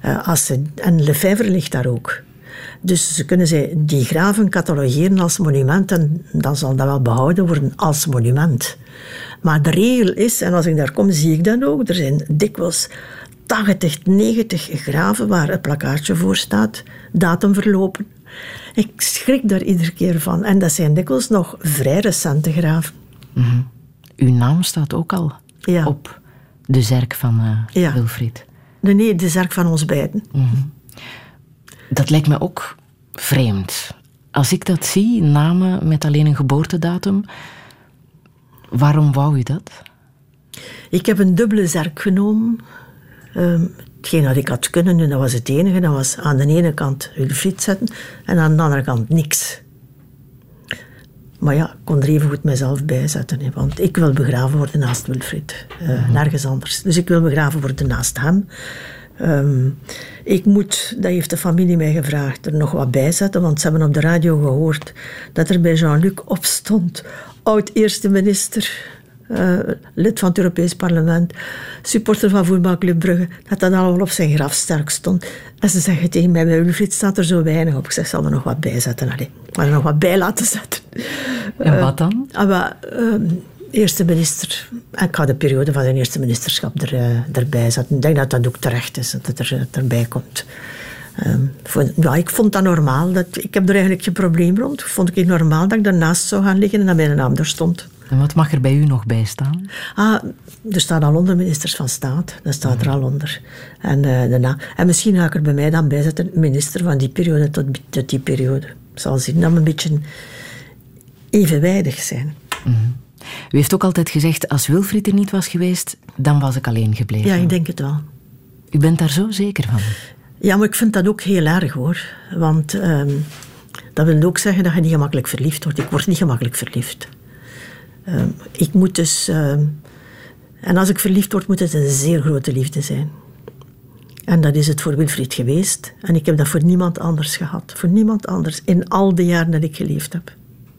En Lefebvre ligt daar ook. Dus ze kunnen die graven catalogeren als monument en dan zal dat wel behouden worden als monument. Maar de regel is, en als ik daar kom zie ik dat ook, er zijn dikwijls 80, 90 graven waar een plakkaatje voor staat, datum verlopen. Ik schrik daar iedere keer van. En dat zijn dikwijls nog vrij recente graven. Uw naam staat ook al op de zerk van Wilfried. Nee, de zerk van ons beiden. Dat lijkt me ook vreemd. Als ik dat zie, namen met alleen een geboortedatum, waarom wou u dat? Ik heb een dubbele zerk genomen. Hetgeen dat ik had kunnen doen, dat was het enige. Dat was aan de ene kant Wilfried zetten en aan de andere kant niks. Maar ja, ik kon er even goed mezelf bij zetten. Hè, want ik wil begraven worden naast Wilfried. Nergens anders. Dus ik wil begraven worden naast hem. Ik moet, dat heeft de familie mij gevraagd, er nog wat bij zetten. Want ze hebben op de radio gehoord dat er bij Jean-Luc op stond. Oud-eerste minister, lid van het Europees Parlement, supporter van voetbalclub Brugge, dat allemaal op zijn grafstuk stond. En ze zeggen tegen mij, bij Wilfried staat er zo weinig op. Ik zeg, zal er nog wat bij zetten. Allee, ik ga er nog wat bij laten zetten. En wat dan? Eerste minister. Ik ga de periode van zijn eerste ministerschap erbij zetten. Ik denk dat dat ook terecht is, dat het erbij komt. Ik vond dat normaal. Ik heb er eigenlijk geen probleem rond. Vond ik normaal dat ik daarnaast zou gaan liggen en dat mijn naam er stond. En wat mag er bij u nog bij staan? Er staat al onder ministers van Staat. Dat staat er al onder. En misschien ga ik er bij mij dan bij zetten, minister van die periode tot die periode. Ik zal zien dat we een beetje evenwijdig zijn. U heeft ook altijd gezegd, als Wilfried er niet was geweest, dan was ik alleen gebleven. Ja, ik denk het wel. U bent daar zo zeker van? Ja, maar ik vind dat ook heel erg, hoor. Want dat wil ook zeggen dat je niet gemakkelijk verliefd wordt. Ik word niet gemakkelijk verliefd. Ik moet dus... en als ik verliefd word, moet het een zeer grote liefde zijn. En dat is het voor Wilfried geweest. En ik heb dat voor niemand anders gehad. Voor niemand anders. In al die jaren dat ik geleefd heb.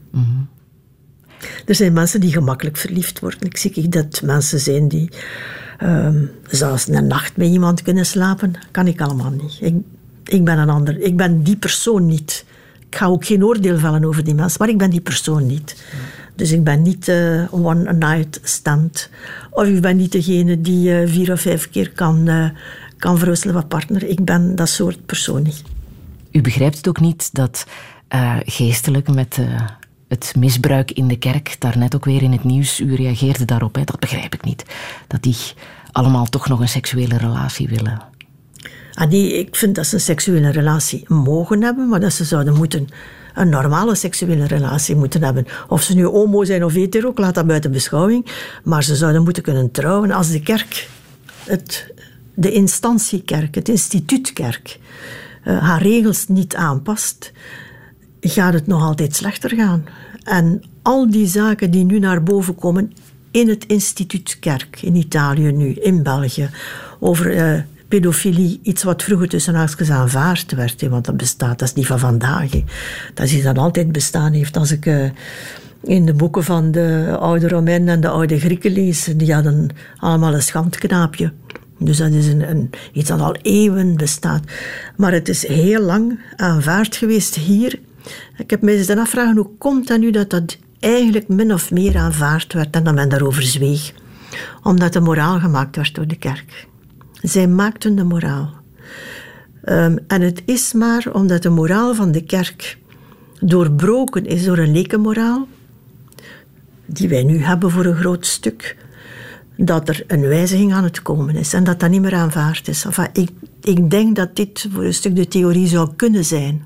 Er zijn mensen die gemakkelijk verliefd worden. Ik zie dat mensen zijn die zelfs een nacht met iemand kunnen slapen. Kan ik allemaal niet. Ik ben een ander. Ik ben die persoon niet. Ik ga ook geen oordeel vellen over die mensen, maar ik ben die persoon niet. Dus ik ben niet one night stand. Of ik ben niet degene die 4 of 5 keer kan verwisselen van partner. Ik ben dat soort persoon niet. U begrijpt het ook niet dat geestelijk met... het misbruik in de kerk, daarnet ook weer in het nieuws, u reageerde daarop, hè? Dat begrijp ik niet. Dat die allemaal toch nog een seksuele relatie willen. Nee, ik vind dat ze een seksuele relatie mogen hebben, maar dat ze zouden moeten een normale seksuele relatie moeten hebben. Of ze nu homo zijn of hetero, ik laat dat buiten beschouwing, maar ze zouden moeten kunnen trouwen als de kerk, de instantiekerk, het instituutkerk, haar regels niet aanpast, gaat het nog altijd slechter gaan. En al die zaken die nu naar boven komen in het instituutkerk, in Italië nu, in België, over pedofilie, iets wat vroeger tussen haakjes aanvaard werd, want dat bestaat, dat is niet van vandaag. Dat is iets dat altijd bestaan heeft. Als ik in de boeken van de oude Romeinen en de oude Grieken lees, die hadden allemaal een schandknaapje. Dus dat is iets dat al eeuwen bestaat. Maar het is heel lang aanvaard geweest hier. Ik heb mij eens afvragen, hoe komt dat nu dat dat eigenlijk min of meer aanvaard werd en dat men daarover zweeg? Omdat de moraal gemaakt werd door de kerk. Zij maakten de moraal. En het is maar omdat de moraal van de kerk doorbroken is door een lekenmoraal, die wij nu hebben voor een groot stuk, dat er een wijziging aan het komen is en dat dat niet meer aanvaard is. Ik denk dat dit voor een stuk de theorie zou kunnen zijn.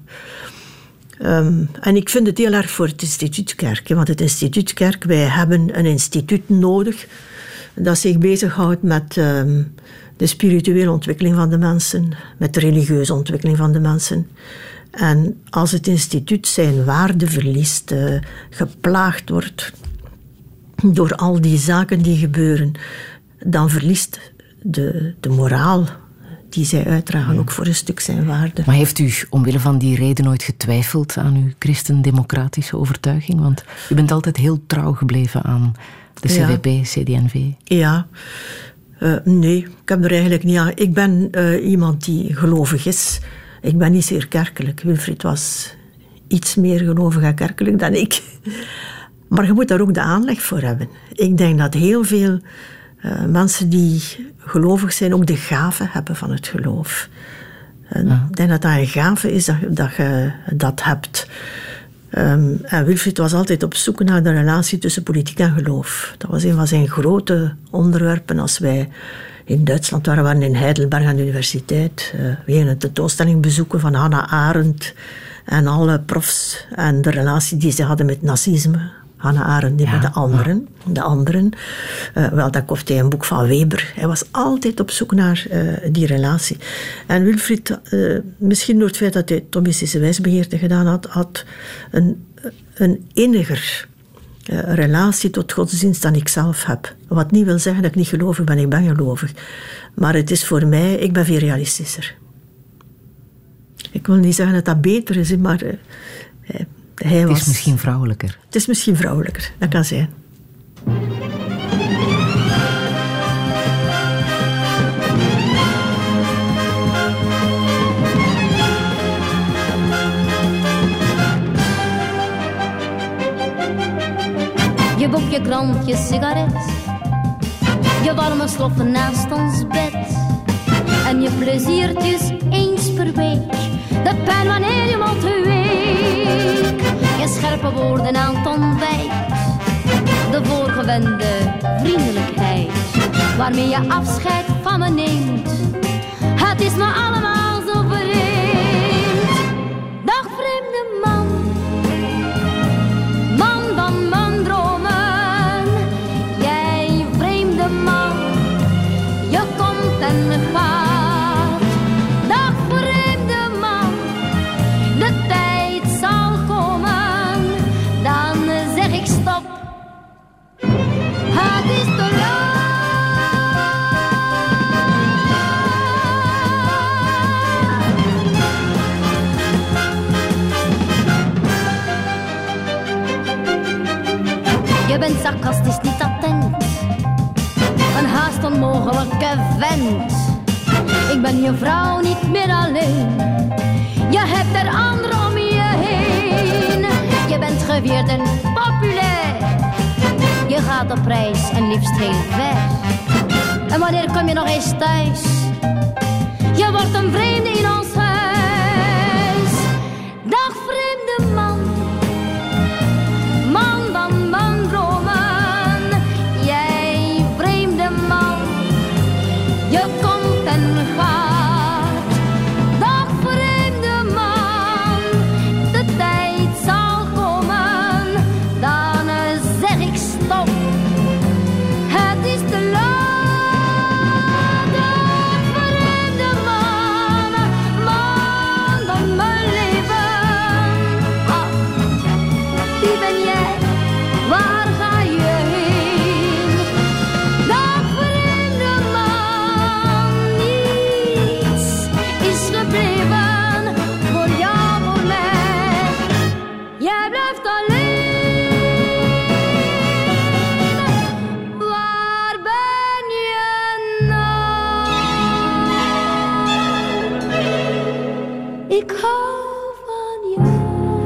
En ik vind het heel erg voor het instituutkerk. Want het instituutkerk, wij hebben een instituut nodig dat zich bezighoudt met de spirituele ontwikkeling van de mensen, met de religieuze ontwikkeling van de mensen. En als het instituut zijn waarde verliest, geplaagd wordt door al die zaken die gebeuren, dan verliest de moraal die zij uitdragen ook voor een stuk zijn waarde. Maar heeft u omwille van die reden nooit getwijfeld aan uw christendemocratische overtuiging? Want u bent altijd heel trouw gebleven aan de CVP, CD&V. Ja. Nee, ik heb er eigenlijk niet aan. Ik ben iemand die gelovig is. Ik ben niet zeer kerkelijk. Wilfried was iets meer gelovig en kerkelijk dan ik. Maar je moet daar ook de aanleg voor hebben. Ik denk dat heel veel mensen die gelovig zijn ook de gave hebben van het geloof. Ik denk dat dat een gave is dat je dat hebt. En Wilfried was altijd op zoek naar de relatie tussen politiek en geloof. Dat was een van zijn grote onderwerpen als wij in Duitsland waren in Heidelberg aan de universiteit. We gingen een tentoonstelling bezoeken van Hannah Arendt en alle profs en de relatie die ze hadden met nazisme. Hannah Arendt met de anderen. Wel, dan kocht hij een boek van Weber. Hij was altijd op zoek naar die relatie. En Wilfried, misschien door het feit dat hij Thomistische wijsbegeerte gedaan had een inniger relatie tot godsdienst dan ik zelf heb. Wat niet wil zeggen dat ik niet gelovig ben, ik ben gelovig. Maar het is voor mij, ik ben veel realistischer. Ik wil niet zeggen dat dat beter is, maar het is misschien vrouwelijker. Het is misschien vrouwelijker, dat kan zijn. Je boek, je krant, je sigaret, je warme sloffen naast ons bed en je pleziertjes eens per week, de pijn wanneer je mond week, je scherpe woorden aan het ontbijt, de voorgewende vriendelijkheid waarmee je afscheid van me neemt. Het is me allemaal zo vreemd. Dag vreemde man, man van mijn dromen, jij vreemde man, je komt en gaat. Dag vreemde man, de tijd zal komen, dan zeg ik stop. Het is te laat. Je bent sarcastisch niet attent, een haast onmogelijke vent. Ik ben je vrouw niet meer alleen, je hebt er anderen om je heen. Je bent geweerd en populair, je gaat op reis en liefst heel ver. En wanneer kom je nog eens thuis? Je wordt een vreemde in ons huis. Dag vreemde man, man van mijn dromen, jij vreemde man, je komt en gaat. Dag vreemde man, de tijd zal komen, dan zeg ik stop. Het is te laat. Dag vreemde man, man van mijn leven. Ah, wie ben jij? Waar ga je heen? Dag vreemde man, niets is gebleven voor jou, voor mij. Jij blijft alleen. Waar ben je nou? Ik hou van jou.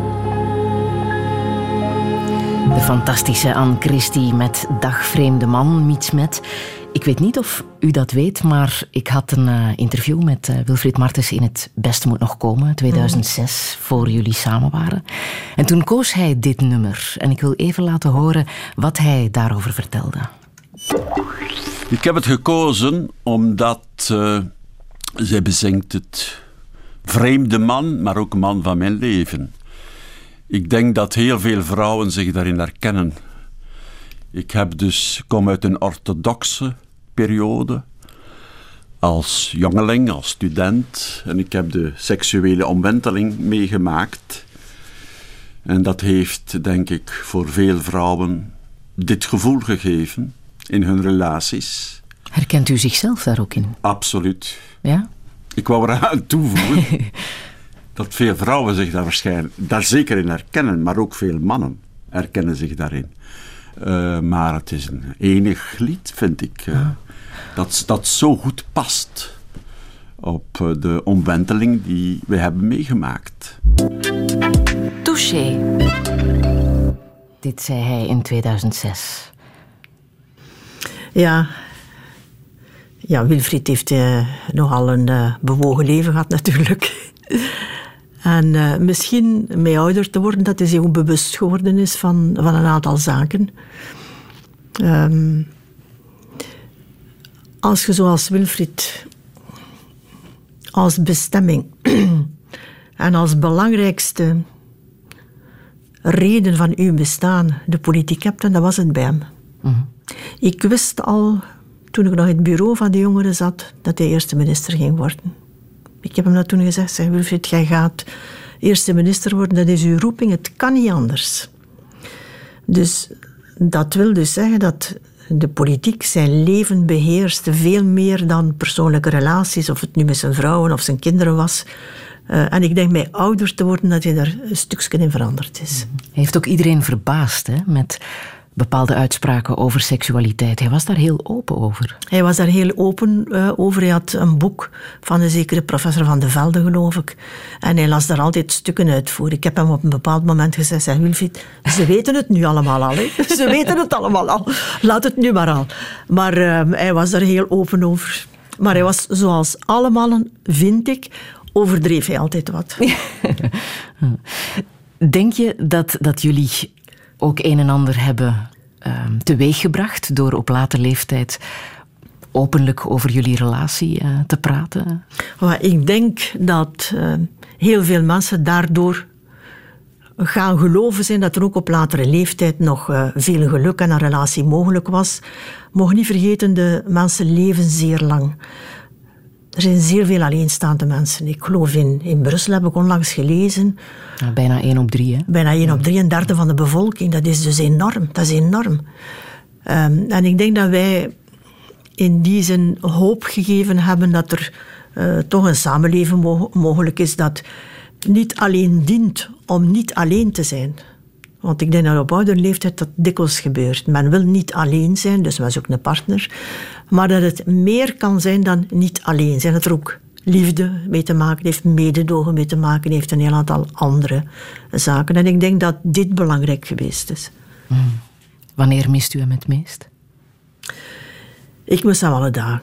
De fantastische Anne Christie met Dag vreemde man, Miets met. Ik weet niet of u dat weet, maar ik had een interview met Wilfried Martens in Het Beste Moet Nog Komen, 2006, voor jullie samen waren. En toen koos hij dit nummer. En ik wil even laten horen wat hij daarover vertelde. Ik heb het gekozen omdat zij bezingt het vreemde man, maar ook man van mijn leven. Ik denk dat heel veel vrouwen zich daarin herkennen. Ik kom uit een orthodoxe periode, als jongeling, als student. En ik heb de seksuele omwenteling meegemaakt. En dat heeft, denk ik, voor veel vrouwen dit gevoel gegeven in hun relaties. Herkent u zichzelf daar ook in? Absoluut. Ja? Ik wou eraan toevoegen dat veel vrouwen zich daar waarschijnlijk daar zeker in herkennen, maar ook veel mannen herkennen zich daarin. Maar het is een enig lied, vind ik, dat zo goed past op de omwenteling die we hebben meegemaakt. Touché. Dit zei hij in 2006. Ja, Wilfried heeft nogal een bewogen leven gehad natuurlijk. En misschien met ouder te worden, dat hij zich ook bewust geworden is van een aantal zaken. Als je zoals Wilfried als bestemming en als belangrijkste reden van uw bestaan de politiek hebt, dan was het bij hem. Mm-hmm. Ik wist al, toen ik nog in het bureau van de jongeren zat, dat hij eerste minister ging worden. Ik heb hem dat toen gezegd, zeg Wilfried, jij gaat eerste minister worden, dat is uw roeping, het kan niet anders. Dus dat wil dus zeggen dat de politiek zijn leven beheerste, veel meer dan persoonlijke relaties, of het nu met zijn vrouwen of zijn kinderen was. En ik denk met ouder te worden dat hij daar een stukje in veranderd is. Hij heeft ook iedereen verbaasd, hè, met bepaalde uitspraken over seksualiteit. Hij was daar heel open over. Hij was daar heel open over. Hij had een boek van een zekere professor Van de Velde, geloof ik. En hij las daar altijd stukken uit voor. Ik heb hem op een bepaald moment gezegd, zeg Wilfried, ze weten het nu allemaal al. Hè? Ze weten het allemaal al. Laat het nu maar al. Maar hij was daar heel open over. Maar hij was, zoals alle mannen, vind ik, overdreef hij altijd wat. Denk je dat jullie ook een en ander hebben teweeggebracht door op late leeftijd openlijk over jullie relatie te praten? Ik denk dat heel veel mensen daardoor gaan geloven zijn dat er ook op latere leeftijd nog veel geluk en een relatie mogelijk was. Mocht niet vergeten, de mensen leven zeer lang. Er zijn zeer veel alleenstaande mensen. Ik geloof in Brussel, heb ik onlangs gelezen. Ja, bijna 1 op 3, hè? Bijna 1 op 3, een derde van de bevolking. Dat is dus enorm. Dat is enorm. En ik denk dat wij in die zin hoop gegeven hebben dat er toch een samenleven mogelijk is dat niet alleen dient om niet alleen te zijn. Want ik denk dat op oudere leeftijd dat dikwijls gebeurt. Men wil niet alleen zijn, dus men zoekt een partner. Maar dat het meer kan zijn dan niet alleen zijn. Dat er ook liefde mee te maken heeft, mededogen mee te maken heeft, een heel aantal andere zaken. En ik denk dat dit belangrijk geweest is. Wanneer mist u hem het meest? Ik mis hem alle dagen.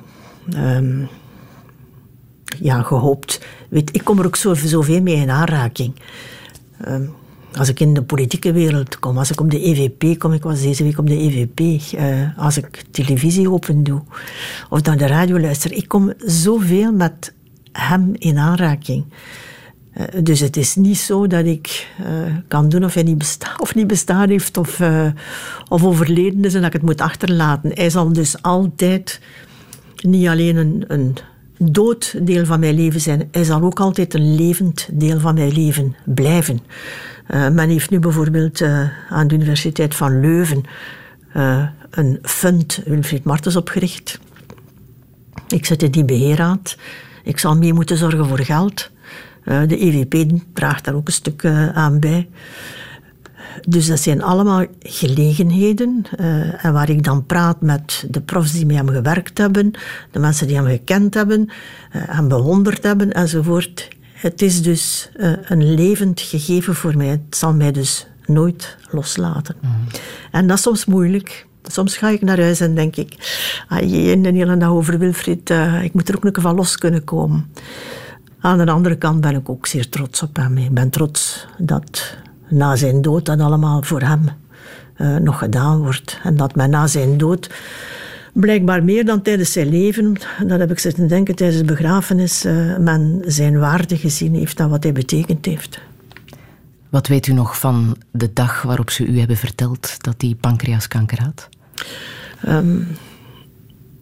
Gehoopt. Ik kom er ook zoveel mee in aanraking. Als ik in de politieke wereld kom, als ik op de EVP kom, ik was deze week op de EVP, als ik televisie open doe, of naar de radio luister, ik kom zoveel met hem in aanraking. Dus het is niet zo dat ik kan doen of hij niet bestaan heeft of overleden is en dat ik het moet achterlaten. Hij zal dus altijd niet alleen een dood deel van mijn leven zijn, hij zal ook altijd een levend deel van mijn leven blijven. Men heeft nu bijvoorbeeld aan de Universiteit van Leuven een fund Wilfried Martens opgericht. Ik zit in die beheerraad. Ik zal mee moeten zorgen voor geld. De EVP draagt daar ook een stuk aan bij. Dus dat zijn allemaal gelegenheden en waar ik dan praat met de profs die met hem gewerkt hebben, de mensen die hem gekend hebben, hem bewonderd hebben enzovoort. Het is dus een levend gegeven voor mij. Het zal mij dus nooit loslaten. En dat is soms moeilijk. Soms ga ik naar huis en denk ik, de hele dag over Wilfried, ik moet er ook een keer van los kunnen komen. Aan de andere kant ben ik ook zeer trots op hem. Ik ben trots dat na zijn dood dat allemaal voor hem nog gedaan wordt. En dat men na zijn dood blijkbaar meer dan tijdens zijn leven, dat heb ik zitten denken tijdens de begrafenis, men zijn waarde gezien heeft aan wat hij betekend heeft. Wat weet u nog van de dag waarop ze u hebben verteld dat hij pancreaskanker had?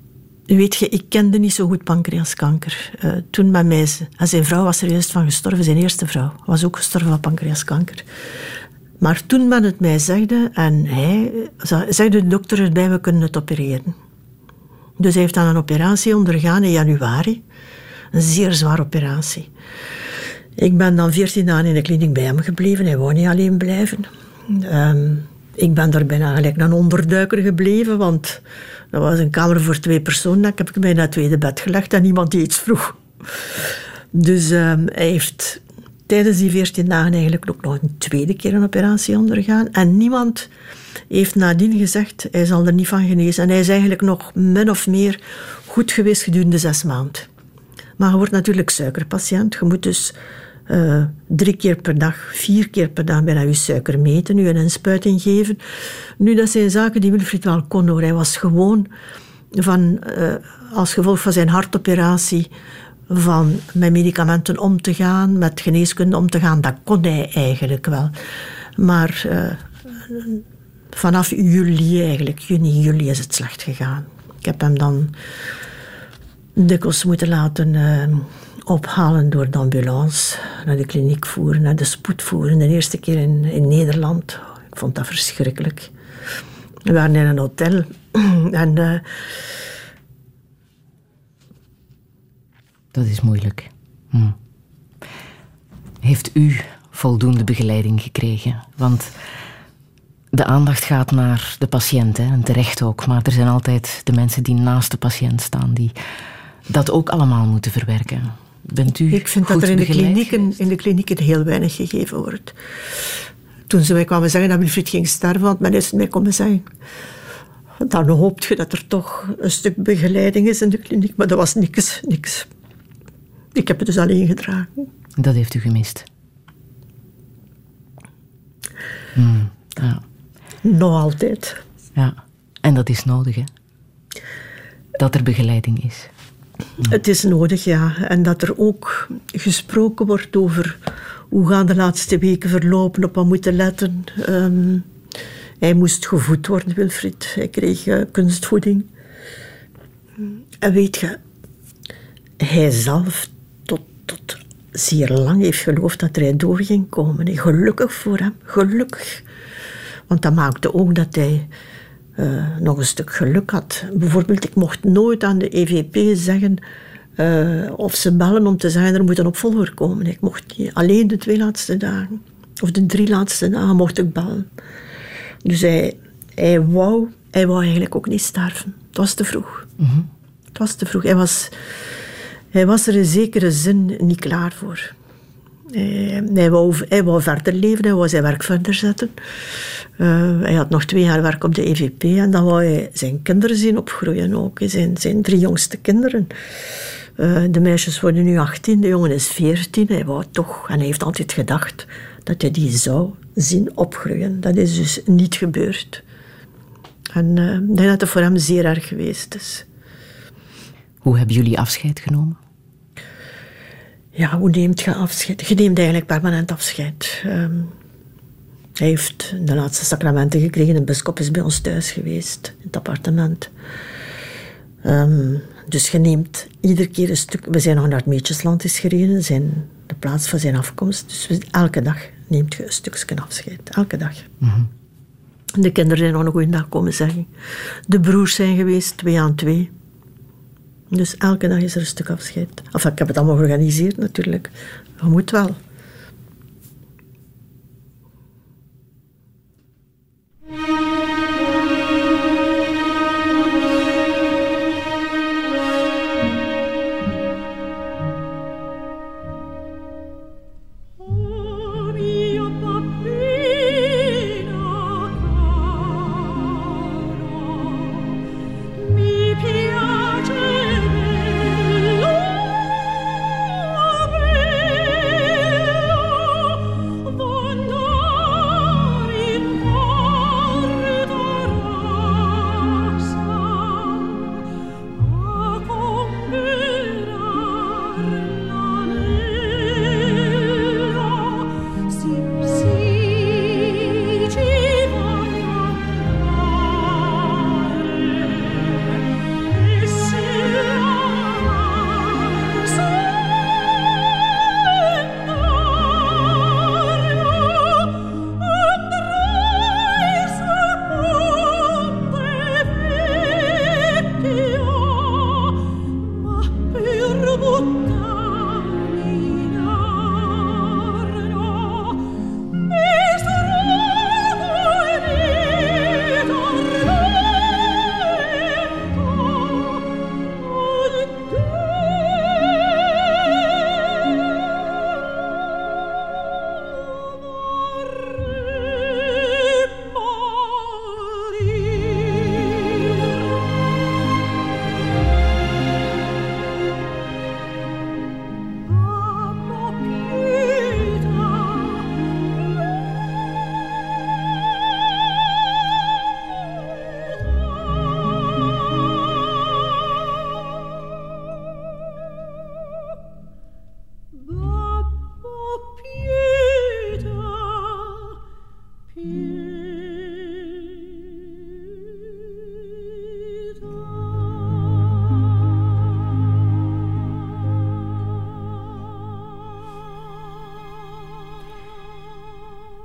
Weet je, ik kende niet zo goed pancreaskanker. Toen met mij... Zijn vrouw was er juist van gestorven. Zijn eerste vrouw was ook gestorven van pancreaskanker. Maar toen men het mij zegde, en hij zegde de dokter erbij, we kunnen het opereren. Dus hij heeft dan een operatie ondergaan in januari. Een zeer zware operatie. Ik ben dan 14 dagen in de kliniek bij hem gebleven. Hij wou niet alleen blijven. Ik ben daar bijna gelijk een onderduiker gebleven, want dat was een kamer voor 2 personen. Ik heb mij in het tweede bed gelegd en niemand die iets vroeg. Dus hij heeft tijdens die 14 dagen eigenlijk ook nog een tweede keer een operatie ondergaan. En niemand heeft nadien gezegd, hij zal er niet van genezen. En hij is eigenlijk nog min of meer goed geweest gedurende 6 maanden. Maar je wordt natuurlijk suikerpatiënt. Je moet dus 3 keer per dag, 4 keer per dag bijna je suiker meten, je een inspuiting geven. Nu, dat zijn zaken die Wilfried wel kon hoor. Hij was gewoon als gevolg van zijn hartoperatie van met medicamenten om te gaan, met geneeskunde om te gaan, dat kon hij eigenlijk wel. Maar vanaf juni, juli is het slecht gegaan. Ik heb hem dan dikwijls moeten laten ophalen door de ambulance, naar de kliniek voeren, naar de spoed voeren. De eerste keer in Nederland. Ik vond dat verschrikkelijk. We waren in een hotel en... Dat is moeilijk. Heeft u voldoende begeleiding gekregen? Want de aandacht gaat naar de patiënt, hè, en terecht ook. Maar er zijn altijd de mensen die naast de patiënt staan, die dat ook allemaal moeten verwerken. Bent u Ik vind dat er in de klinieken heel weinig gegeven wordt. Toen ze mij kwamen zeggen dat Wilfried ging sterven, want men is het mij komen zeggen. Dan hoop je dat er toch een stuk begeleiding is in de kliniek, maar dat was niks. Ik heb het dus alleen gedragen. Dat heeft u gemist? Ja. Nog altijd. Ja, en dat is nodig, hè? Dat er begeleiding is. Het is nodig, ja. En dat er ook gesproken wordt over hoe gaan de laatste weken verlopen, op wat moeten letten. Hij moest gevoed worden, Wilfried. Hij kreeg kunstvoeding. En weet je, hij zelf tot zeer lang heeft geloofd dat hij door ging komen. En gelukkig voor hem, gelukkig. Want dat maakte ook dat hij nog een stuk geluk had. Bijvoorbeeld, ik mocht nooit aan de EVP zeggen of ze bellen om te zeggen er moet een opvolger komen. Ik mocht niet. Alleen de 2 laatste dagen, of de 3 laatste dagen mocht ik bellen. Dus hij wou eigenlijk ook niet sterven. Het was te vroeg. Mm-hmm. Het was te vroeg. Hij was er in zekere zin niet klaar voor. Hij wou verder leven, hij wou zijn werk verder zetten. Hij had nog 2 jaar werk op de EVP en dan wou hij zijn kinderen zien opgroeien ook. Zijn 3 jongste kinderen. De meisjes worden nu 18, de jongen is 14. Hij wou toch, en hij heeft altijd gedacht dat hij die zou zien opgroeien. Dat is dus niet gebeurd. En ik denk dat het voor hem zeer erg geweest is. Hoe hebben jullie afscheid genomen? Ja, hoe neemt je afscheid? Je neemt eigenlijk permanent afscheid. Hij heeft de laatste sacramenten gekregen. De bisschop is bij ons thuis geweest, in het appartement. Dus je neemt iedere keer een stuk... We zijn nog naar het Meetjesland is gereden, de plaats van zijn afkomst. Dus elke dag neemt je een stukje afscheid. Elke dag. Mm-hmm. De kinderen zijn nog een goede dag komen zeggen. De broers zijn geweest, 2 aan 2. Dus elke dag is er een stuk afscheid. Enfin, ik heb het allemaal georganiseerd natuurlijk. Je moet wel. Mi piace bello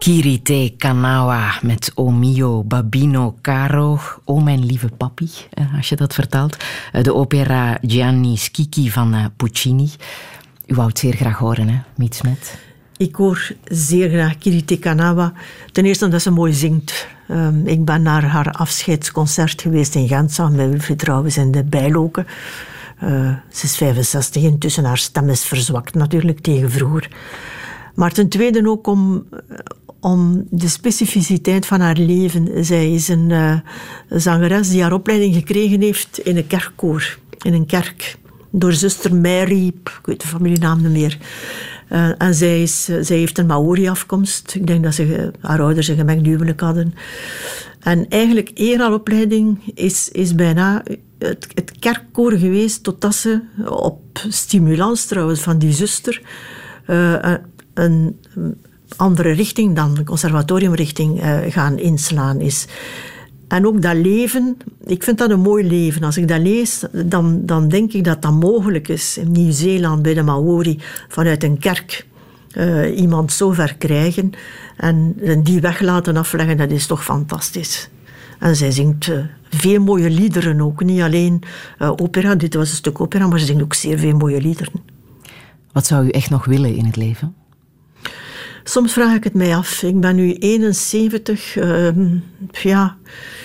Kirite Kanawa met O mio Babino Caro, O mijn lieve papi, als je dat vertaalt. De opera Gianni Schicchi van Puccini. U wou het zeer graag horen, hè, Miet Smet? Ik hoor zeer graag Kirite Kanawa. Ten eerste omdat ze mooi zingt. Ik ben naar haar afscheidsconcert geweest in Gent, samen met Wilfried Trouwens in de Bijloken. Ze is 65 intussen, haar stem is verzwakt natuurlijk tegen vroeger. Maar ten tweede ook om de specificiteit van haar leven. Zij is een zangeres die haar opleiding gekregen heeft in een kerkkoor, in een kerk. Door zuster Mary, ik weet de familienaam niet meer. En zij heeft een Maori-afkomst. Ik denk dat haar ouders een gemengd huwelijk hadden. En eigenlijk eer haar opleiding is bijna het kerkkoor geweest, totdat ze op stimulans trouwens van die zuster een andere richting dan de conservatoriumrichting gaan inslaan is. En ook dat leven, ik vind dat een mooi leven. Als ik dat lees, dan denk ik dat dat mogelijk is. In Nieuw-Zeeland bij de Maori, vanuit een kerk, iemand zo ver krijgen en die weg laten afleggen, dat is toch fantastisch. En zij zingt veel mooie liederen ook. Niet alleen opera, dit was een stuk opera, maar ze zingt ook zeer veel mooie liederen. Wat zou u echt nog willen in het leven? Soms vraag ik het mij af. Ik ben nu 71. Ja.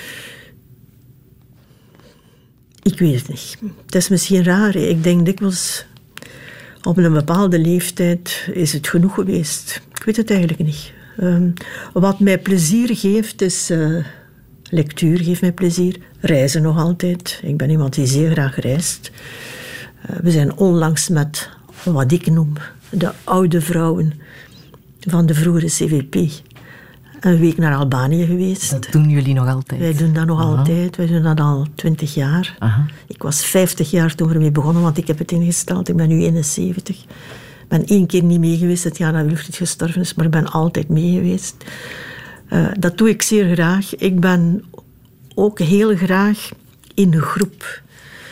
Ik weet het niet. Het is misschien raar. Ik denk dikwijls, op een bepaalde leeftijd is het genoeg geweest. Ik weet het eigenlijk niet. Wat mij plezier geeft, is lectuur geeft mij plezier. Reizen nog altijd. Ik ben iemand die zeer graag reist. We zijn onlangs met wat ik noem de oude vrouwen van de vroegere CVP een week naar Albanië geweest. Dat doen jullie nog altijd? Wij doen dat nog altijd. Wij doen dat al 20 jaar. Aha. Ik was 50 jaar toen we ermee begonnen, want ik heb het ingesteld. Ik ben nu 71. Ik ben 1 keer niet mee geweest, het jaar dat Wilfried gestorven is, maar ik ben altijd mee geweest. Dat doe ik zeer graag. Ik ben ook heel graag in een groep.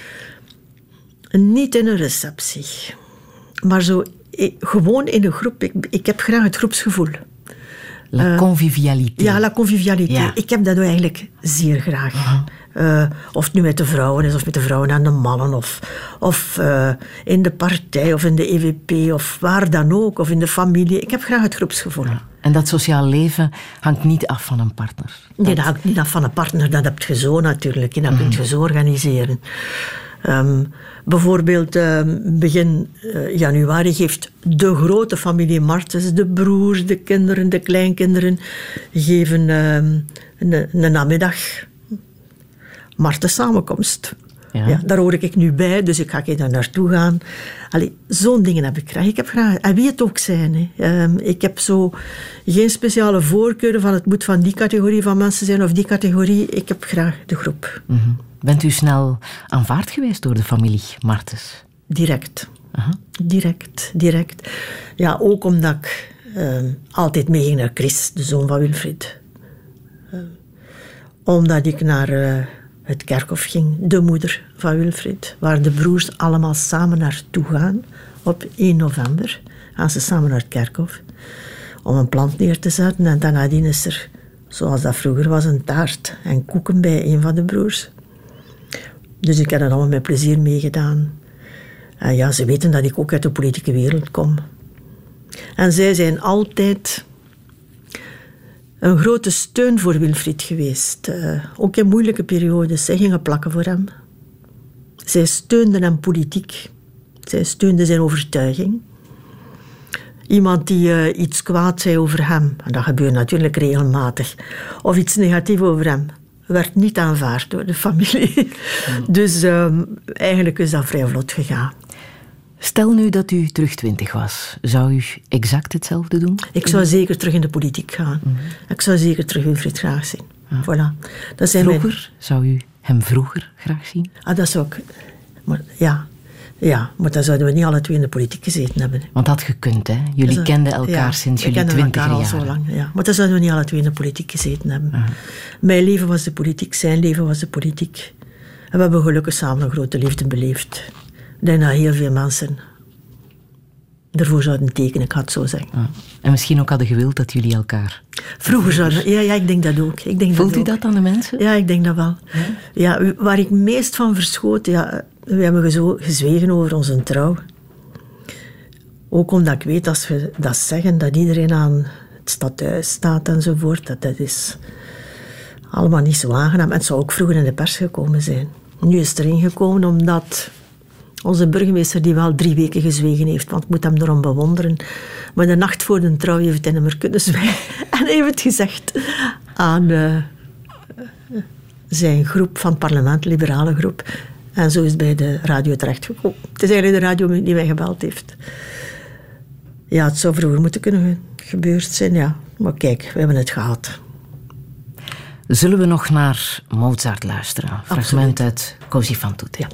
Niet in een receptie, maar zo gewoon in een groep. Ik heb graag het groepsgevoel. La convivialité. Ja, la convivialité. Ja. Ik heb dat eigenlijk zeer graag. Of het nu met de vrouwen is, of met de vrouwen en de mannen, of in de partij, of in de EVP, of waar dan ook, of in de familie. Ik heb graag het groepsgevoel. Ja. En dat sociaal leven hangt niet af van een partner? Nee, dat hangt niet af van een partner. Dat heb je zo natuurlijk. En dat kun je zo organiseren. Bijvoorbeeld begin januari geeft de grote familie Martens, de broers, de kinderen, de kleinkinderen, geven een namiddag Martens samenkomst. Ja. Ja, daar hoor ik nu bij, dus ik ga daar naartoe gaan. Allee, zo'n dingen heb ik graag. Ik heb graag. En wie het ook zijn. Ik heb zo geen speciale voorkeuren van het moet van die categorie van mensen zijn of die categorie. Ik heb graag de groep. Mm-hmm. Bent u snel aanvaard geweest door de familie Martens? Direct. Direct. Ja, ook omdat ik altijd meeging naar Chris, de zoon van Wilfried. Omdat ik naar het kerkhof ging, de moeder van Wilfried, waar de broers allemaal samen naartoe gaan. Op 1 november gaan ze samen naar het kerkhof om een plant neer te zetten. En dan nadien is er, zoals dat vroeger was, een taart en koeken bij een van de broers. Dus ik heb dat allemaal met plezier meegedaan. En ja, ze weten dat ik ook uit de politieke wereld kom. En zij zijn altijd een grote steun voor Wilfried geweest. Ook in moeilijke periodes. Zij gingen plakken voor hem. Zij steunden hem politiek. Zij steunden zijn overtuiging. Iemand die iets kwaad zei over hem, en dat gebeurt natuurlijk regelmatig, of iets negatiefs over hem, werd niet aanvaard door de familie. Dus eigenlijk is dat vrij vlot gegaan. Stel nu dat u terug 20 was. Zou u exact hetzelfde doen? Ik zou zeker terug in de politiek gaan. Ik zou zeker terug Wilfried graag zien. Voilà. Dat zijn vroeger? Zou u hem vroeger graag zien? Dat zou ik... Maar, ja, maar dan zouden we niet alle twee in de politiek gezeten hebben. Want dat had gekund, hè? Jullie kenden elkaar sinds jullie 20 jaar. Al zo lang, ja. Maar dan zouden we niet alle twee in de politiek gezeten hebben. Mijn leven was de politiek, zijn leven was de politiek. En we hebben gelukkig samen een grote liefde beleefd. Ik denk dat heel veel mensen ervoor zouden tekenen, ik ga het zo zeggen. Ah. En misschien ook hadden gewild dat jullie elkaar... Vroeger zouden... Ja, ik denk dat ook. Voelt u dat aan de mensen? Ja, ik denk dat wel. Ja, waar ik meest van verschoot... Ja, we hebben zo gezwegen over onze trouw. Ook omdat ik weet, als we dat zeggen, dat iedereen aan het stadhuis staat enzovoort. Dat is allemaal niet zo aangenaam. Het zou ook vroeger in de pers gekomen zijn. Nu is het erin gekomen omdat onze burgemeester, die wel 3 weken gezwegen heeft, want ik moet hem erom bewonderen, maar de nacht voor de trouw heeft hij niet meer kunnen zwijgen. En hij heeft het gezegd aan zijn groep van het parlement, liberale groep. En zo is het bij de radio terechtgekomen. Het is eigenlijk de radio die mij gebeld heeft. Ja, het zou vroeger moeten kunnen gebeurd zijn, ja. Maar kijk, we hebben het gehad. Zullen we nog naar Mozart luisteren? Een fragment uit Così fan tutte. Ja.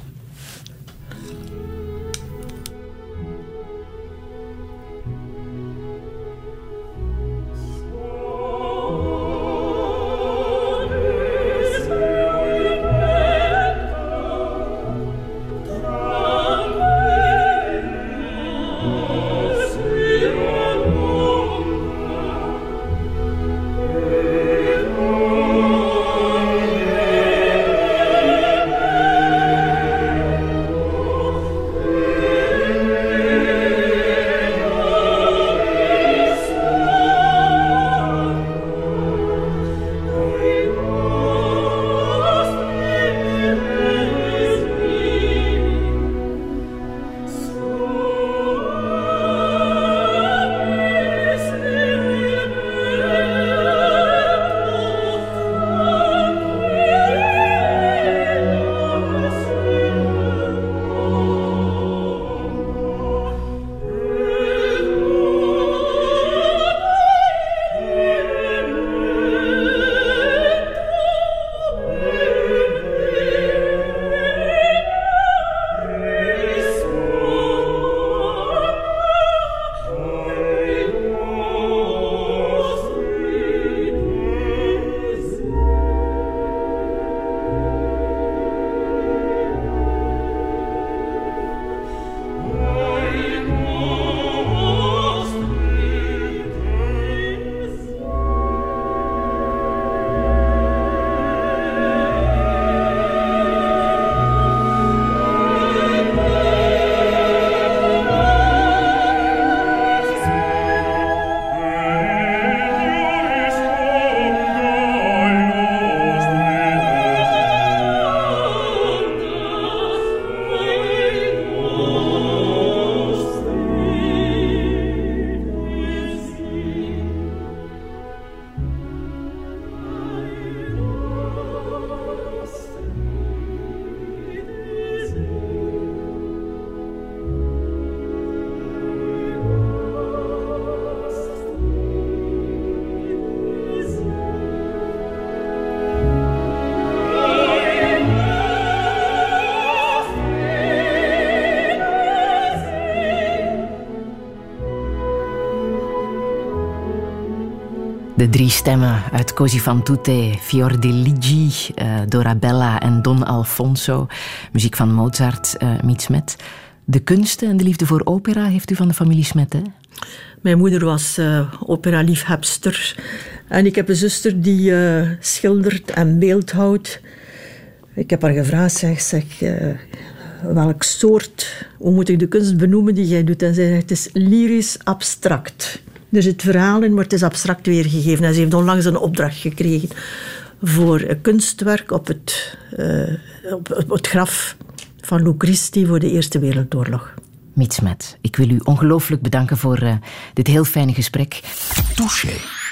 De 3 stemmen uit Così fan tutte, Fiordiligi, Dorabella en Don Alfonso. Muziek van Mozart, Miet Smet. De kunsten en de liefde voor opera heeft u van de familie Smet, hè? Mijn moeder was opera-liefhebster. En ik heb een zuster die schildert en beeldhoudt. Ik heb haar gevraagd, zeg welk soort, hoe moet ik de kunst benoemen die jij doet? En zij zegt, het is lyrisch abstract. Er zit verhaal in, maar het is abstract weergegeven. En ze heeft onlangs een opdracht gekregen voor een kunstwerk op het graf van Lou Christi voor de Eerste Wereldoorlog. Miet Smet, ik wil u ongelooflijk bedanken voor dit heel fijne gesprek. Touché.